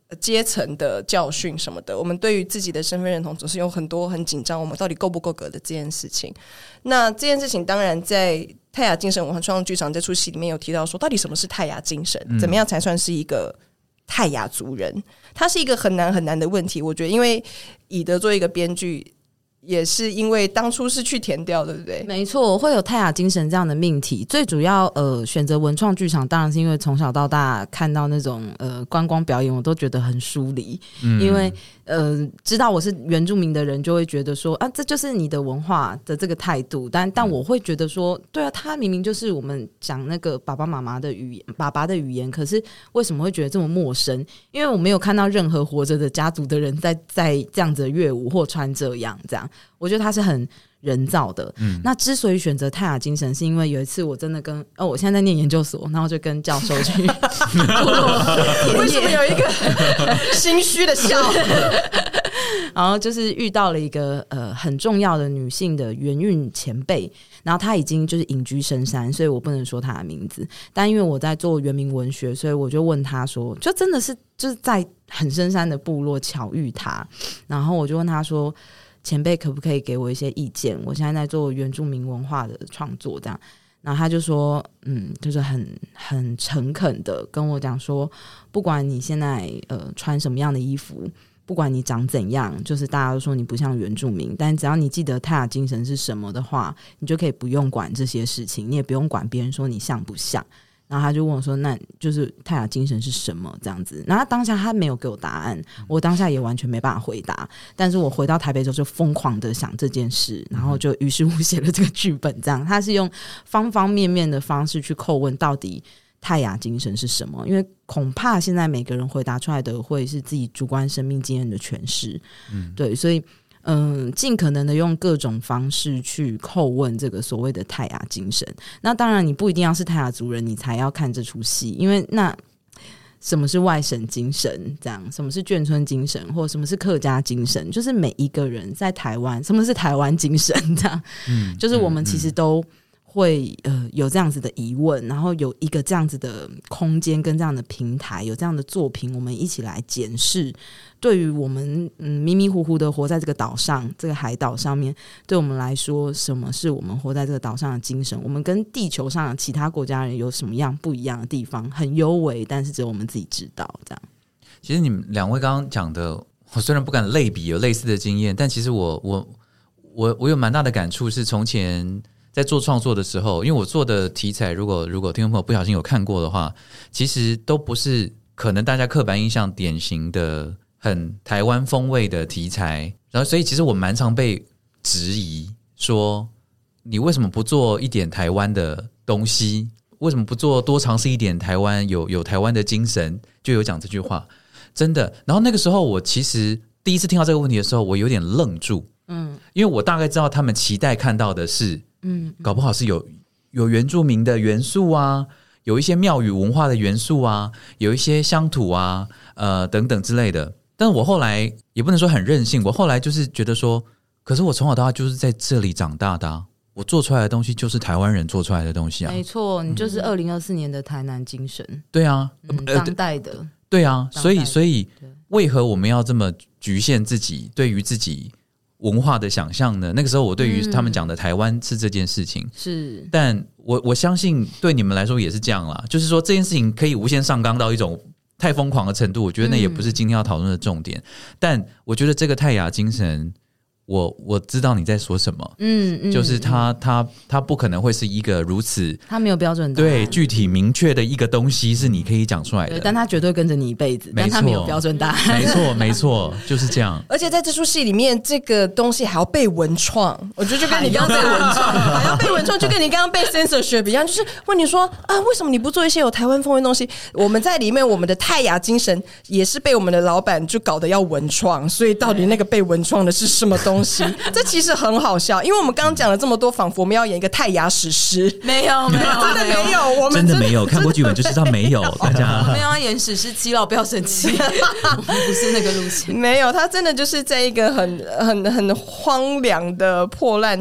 Speaker 3: 阶层的教训什么的，我们对于自己的身份认同总是有很多很紧张，我们到底够不够格的这件事情。那这件事情当然在泰雅精神文化创作剧场这出戏里面有提到说，到底什么是泰雅精神，怎么样才算是一个泰雅族人，它是一个很难很难的问题。我觉得因为以德做一个编剧也是因为当初是去填掉，对不对？
Speaker 2: 没错，会有泰雅精神这样的命题。最主要选择文创剧场，当然是因为从小到大看到那种观光表演，我都觉得很疏离。因为知道我是原住民的人，就会觉得说啊，这就是你的文化的这个态度。但我会觉得说，对啊，他明明就是我们讲那个爸爸妈妈的语言，爸爸的语言，可是为什么会觉得这么陌生？因为我没有看到任何活着的家族的人在这样子的乐舞或穿这样，我觉得他是很人造的。那之所以选择泰雅精神，是因为有一次我真的跟我现在在念研究所，然后就跟教授去
Speaker 3: 为什么有一个心虚的笑？
Speaker 2: 然后就是遇到了一个很重要的女性的原韵前辈，然后她已经就是隐居深山，所以我不能说她的名字。但因为我在做原民文学，所以我就问她说，就真的是就是在很深山的部落巧遇她，然后我就问她说，前辈可不可以给我一些意见？我现在在做原住民文化的创作，这样。然后他就说，就是很诚恳的跟我讲说，不管你现在穿什么样的衣服，不管你长怎样，就是大家都说你不像原住民，但只要你记得泰雅精神是什么的话，你就可以不用管这些事情，你也不用管别人说你像不像。然后他就问我说，那就是泰雅精神是什么这样子。然后当下他没有给我答案，我当下也完全没办法回答。但是我回到台北之后就疯狂的想这件事，然后就于是乎写了这个剧本。这样他是用方方面面的方式去叩问到底泰雅精神是什么，因为恐怕现在每个人回答出来的会是自己主观生命经验的诠释。对，所以尽可能的用各种方式去叩问这个所谓的泰雅精神。那当然你不一定要是泰雅族人你才要看这出戏，因为那什么是外省精神，这样什么是眷村精神，或者什么是客家精神，就是每一个人在台湾什么是台湾精神，这样就是我们其实都会有这样子的疑问，然后有一个这样子的空间跟这样的平台，有这样的作品，我们一起来检视对于我们迷迷糊糊的活在这个岛上，这个海岛上面，对我们来说什么是我们活在这个岛上的精神，我们跟地球上的其他国家人有什么样不一样的地方，很幽微，但是只有我们自己知道。这样
Speaker 1: 其实你们两位刚刚讲的，我虽然不敢类比有类似的经验，但其实我有蛮大的感触，是从前在做创作的时候，因为我做的题材，如果听众朋友不小心有看过的话，其实都不是可能大家刻板印象典型的很台湾风味的题材，然后所以其实我蛮常被质疑说，你为什么不做一点台湾的东西？为什么不做多尝试一点台湾有台湾的精神？就有讲这句话，真的。然后那个时候我其实第一次听到这个问题的时候，我有点愣住，因为我大概知道他们期待看到的是，搞不好是有原住民的元素啊，有一些庙宇文化的元素啊，有一些乡土啊，等等之类的。但是我后来也不能说很任性，我后来就是觉得说，可是我从小到大就是在这里长大的我做出来的东西就是台湾人做出来的东西啊。
Speaker 2: 没错，你就是2024年的台南精神。
Speaker 1: 对啊，
Speaker 2: 当代的。
Speaker 1: 对啊，所以为何我们要这么局限自己对于自己文化的想象呢？那个时候我对于他们讲的台湾是这件事情，
Speaker 2: 是，
Speaker 1: 但我相信对你们来说也是这样啦，就是说这件事情可以无限上纲到一种太疯狂的程度，我觉得那也不是今天要讨论的重点。但我觉得这个泰雅精神，我知道你在说什么，就是他不可能会是一个如此，
Speaker 2: 他没有标准答案，
Speaker 1: 对具体明确的一个东西是你可以讲出来的，
Speaker 2: 但他绝对跟着你一辈子，但他没有标准答案，
Speaker 1: 没错，就是这样。
Speaker 3: 而且在这出戏里面，这个东西还要被文创，我觉得就跟你刚刚被文创，还要被文创，就跟你刚刚被 censorship 一样，就是问你说啊，为什么你不做一些有台湾风味的东西？我们在里面，我们的泰雅精神也是被我们的老板就搞得要文创，所以到底那个被文创的是什么东西？这其实很好笑，因为我们刚刚讲了这么多，仿佛我们要演一个泰雅史诗，
Speaker 2: 没有，
Speaker 3: 真的没有，我们
Speaker 1: 真的没有看过剧本就知道没有，大家
Speaker 2: 没有要演史诗7了，不要生气，我们不是那个路线，
Speaker 3: 没有，他真的就是在一个很荒凉的破烂的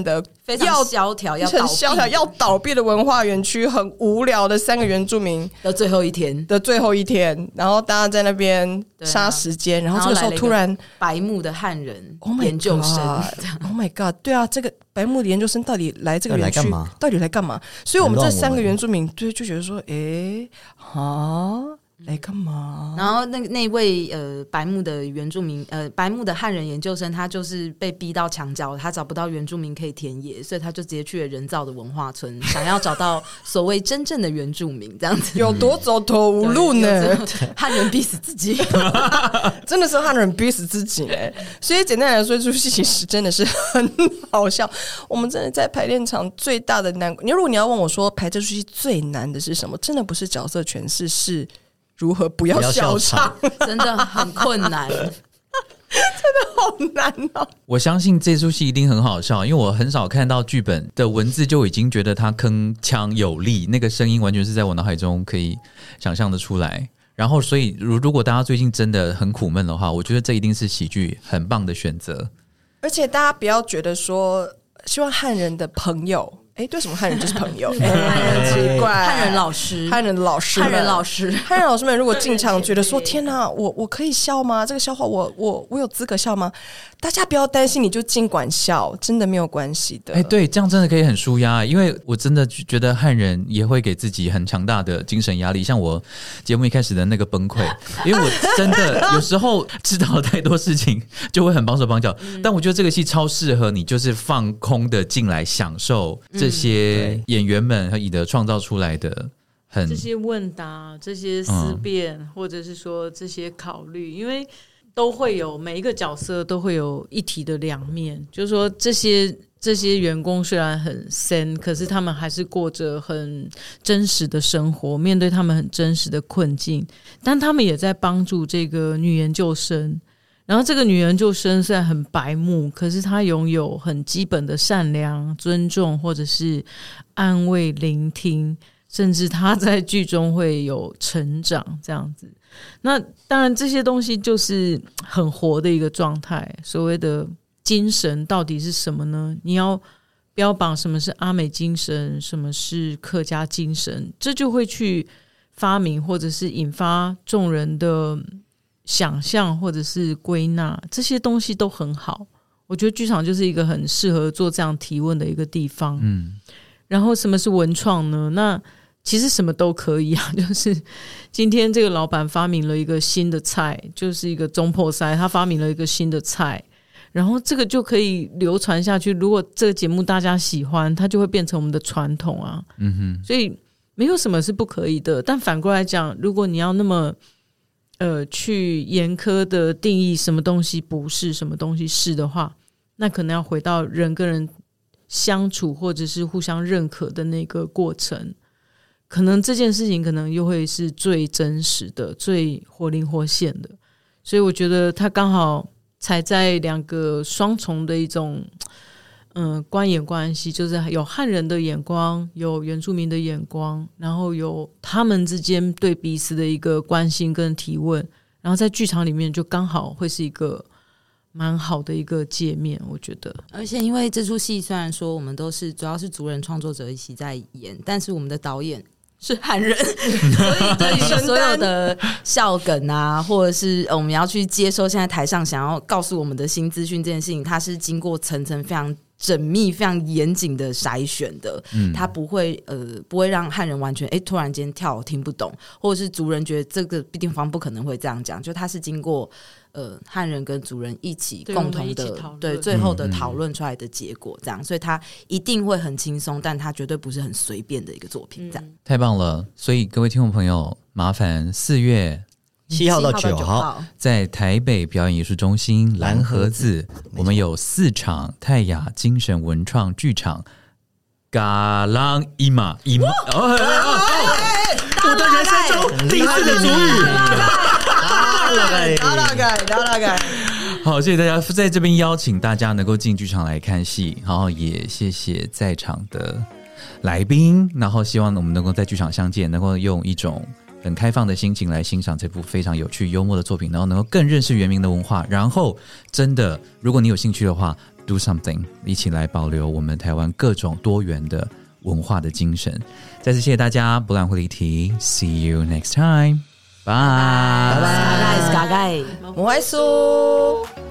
Speaker 2: 非常萧条，要
Speaker 3: 很萧条要倒闭的文化园区，很无聊的3个原住民
Speaker 2: 的最后一天，然后大家在那边杀时间，然后这个时候突然白目的汉人研究生
Speaker 3: ，Oh my god， 对啊，这个白目的研究生到底来这个园区到底来干嘛？所以我们这3个原住民就觉得说，来干嘛？
Speaker 2: 然后那位白目的原住民白目的汉人研究生，他就是被逼到墙角，他找不到原住民可以田野，所以他就直接去了人造的文化村，想要找到所谓真正的原住民，这样子
Speaker 3: 有多走投无路呢？
Speaker 2: 汉人逼死自己，
Speaker 3: 真的是汉人逼死自己嘞！所以简单来说，这出戏其实真的是很好笑。我们真的在排练场最大的难，如果你要问我说排这出戏最难的是什么，真的不是角色诠释，是如何不要笑场，
Speaker 2: 真的很困难，真
Speaker 3: 的好难哦！
Speaker 1: 我相信这出戏一定很好笑，因为我很少看到剧本的文字就已经觉得它铿锵有力，那个声音完全是在我脑海中可以想象的出来。然后，所以如果大家最近真的很苦闷的话，我觉得这一定是喜剧很棒的选择。
Speaker 3: 而且大家不要觉得说，希望汉人的朋友。对什么汉人就是朋友？奇怪，
Speaker 2: 汉人老师
Speaker 3: 们如果进场觉得说天哪，我可以笑吗？这个笑话我有资格笑吗？大家不要担心，你就尽管笑，真的没有关系的。
Speaker 1: 对，这样真的可以很抒压，因为我真的觉得汉人也会给自己很强大的精神压力，像我节目一开始的那个崩溃，因为我真的有时候知道太多事情就会很绑手绑脚，但我觉得这个戏超适合你，就是放空的进来享受这些演员们和以德创造出来的
Speaker 5: 这些问答、这些思辨，或者是说这些考虑，因为都会有每一个角色都会有一体的两面，就是说这些员工虽然很深，可是他们还是过着很真实的生活，面对他们很真实的困境，但他们也在帮助这个女研究生。然后这个女研究生虽然很白目，可是她拥有很基本的善良、尊重，或者是安慰、聆听，甚至她在剧中会有成长这样子。那当然这些东西就是很活的一个状态。所谓的精神到底是什么呢？你要标榜什么是阿美精神，什么是客家精神，这就会去发明或者是引发众人的想象或者是归纳，这些东西都很好。我觉得剧场就是一个很适合做这样提问的一个地方。然后什么是文创呢？那其实什么都可以啊，就是今天这个老板发明了一个新的菜，就是一个中破塞，他发明了一个新的菜，然后这个就可以流传下去。如果这个节目大家喜欢，它就会变成我们的传统啊。所以没有什么是不可以的。但反过来讲，如果你要那么去严苛的定义什么东西不是，什么东西是的话，那可能要回到人跟人相处或者是互相认可的那个过程，可能这件事情可能又会是最真实的、最活灵活现的。所以我觉得他刚好踩在两个双重的一种观演关系，就是有汉人的眼光，有原住民的眼光，然后有他们之间对彼此的一个关心跟提问，然后在剧场里面就刚好会是一个蛮好的一个界面，我觉得。
Speaker 2: 而且因为这出戏虽然说我们都是主要是族人创作者一起在演，但是我们的导演是汉人，所以所有的笑梗啊，或者是我们要去接收现在台上想要告诉我们的新资讯这件事情，它是经过层层非常缜密、非常严谨的筛选的。它不会让汉人完全突然间跳听不懂，或者是族人觉得这个地方不可能会这样讲，就它是经过汉人跟族人一起共同的对最后的讨论出来的结果，这样，所以它一定会很轻松，但它绝对不是很随便的一个作品。这样
Speaker 1: 太棒了！所以各位听众朋友，麻烦4月
Speaker 4: 7号到9号
Speaker 1: 在台北表演艺术中心蓝盒子，我们有4场泰雅精神文创剧场嘎啷伊玛伊玛，我的人生中第一次的主语。
Speaker 3: 大概
Speaker 1: 好，谢谢大家在这边邀请大家能够进剧场来看戏，然后也谢谢在场的来宾，然后希望我们能够在剧场相见，能够用一种很开放的心情来欣赏这部非常有趣幽默的作品，然后能够更认识原民的文化。然后真的如果你有兴趣的话， do something， 一起来保留我们台湾各种多元的文化的精神。再次谢谢大家，不然会离题 ，See you next time， 拜拜。
Speaker 2: 拜拜，
Speaker 3: 我爱苏。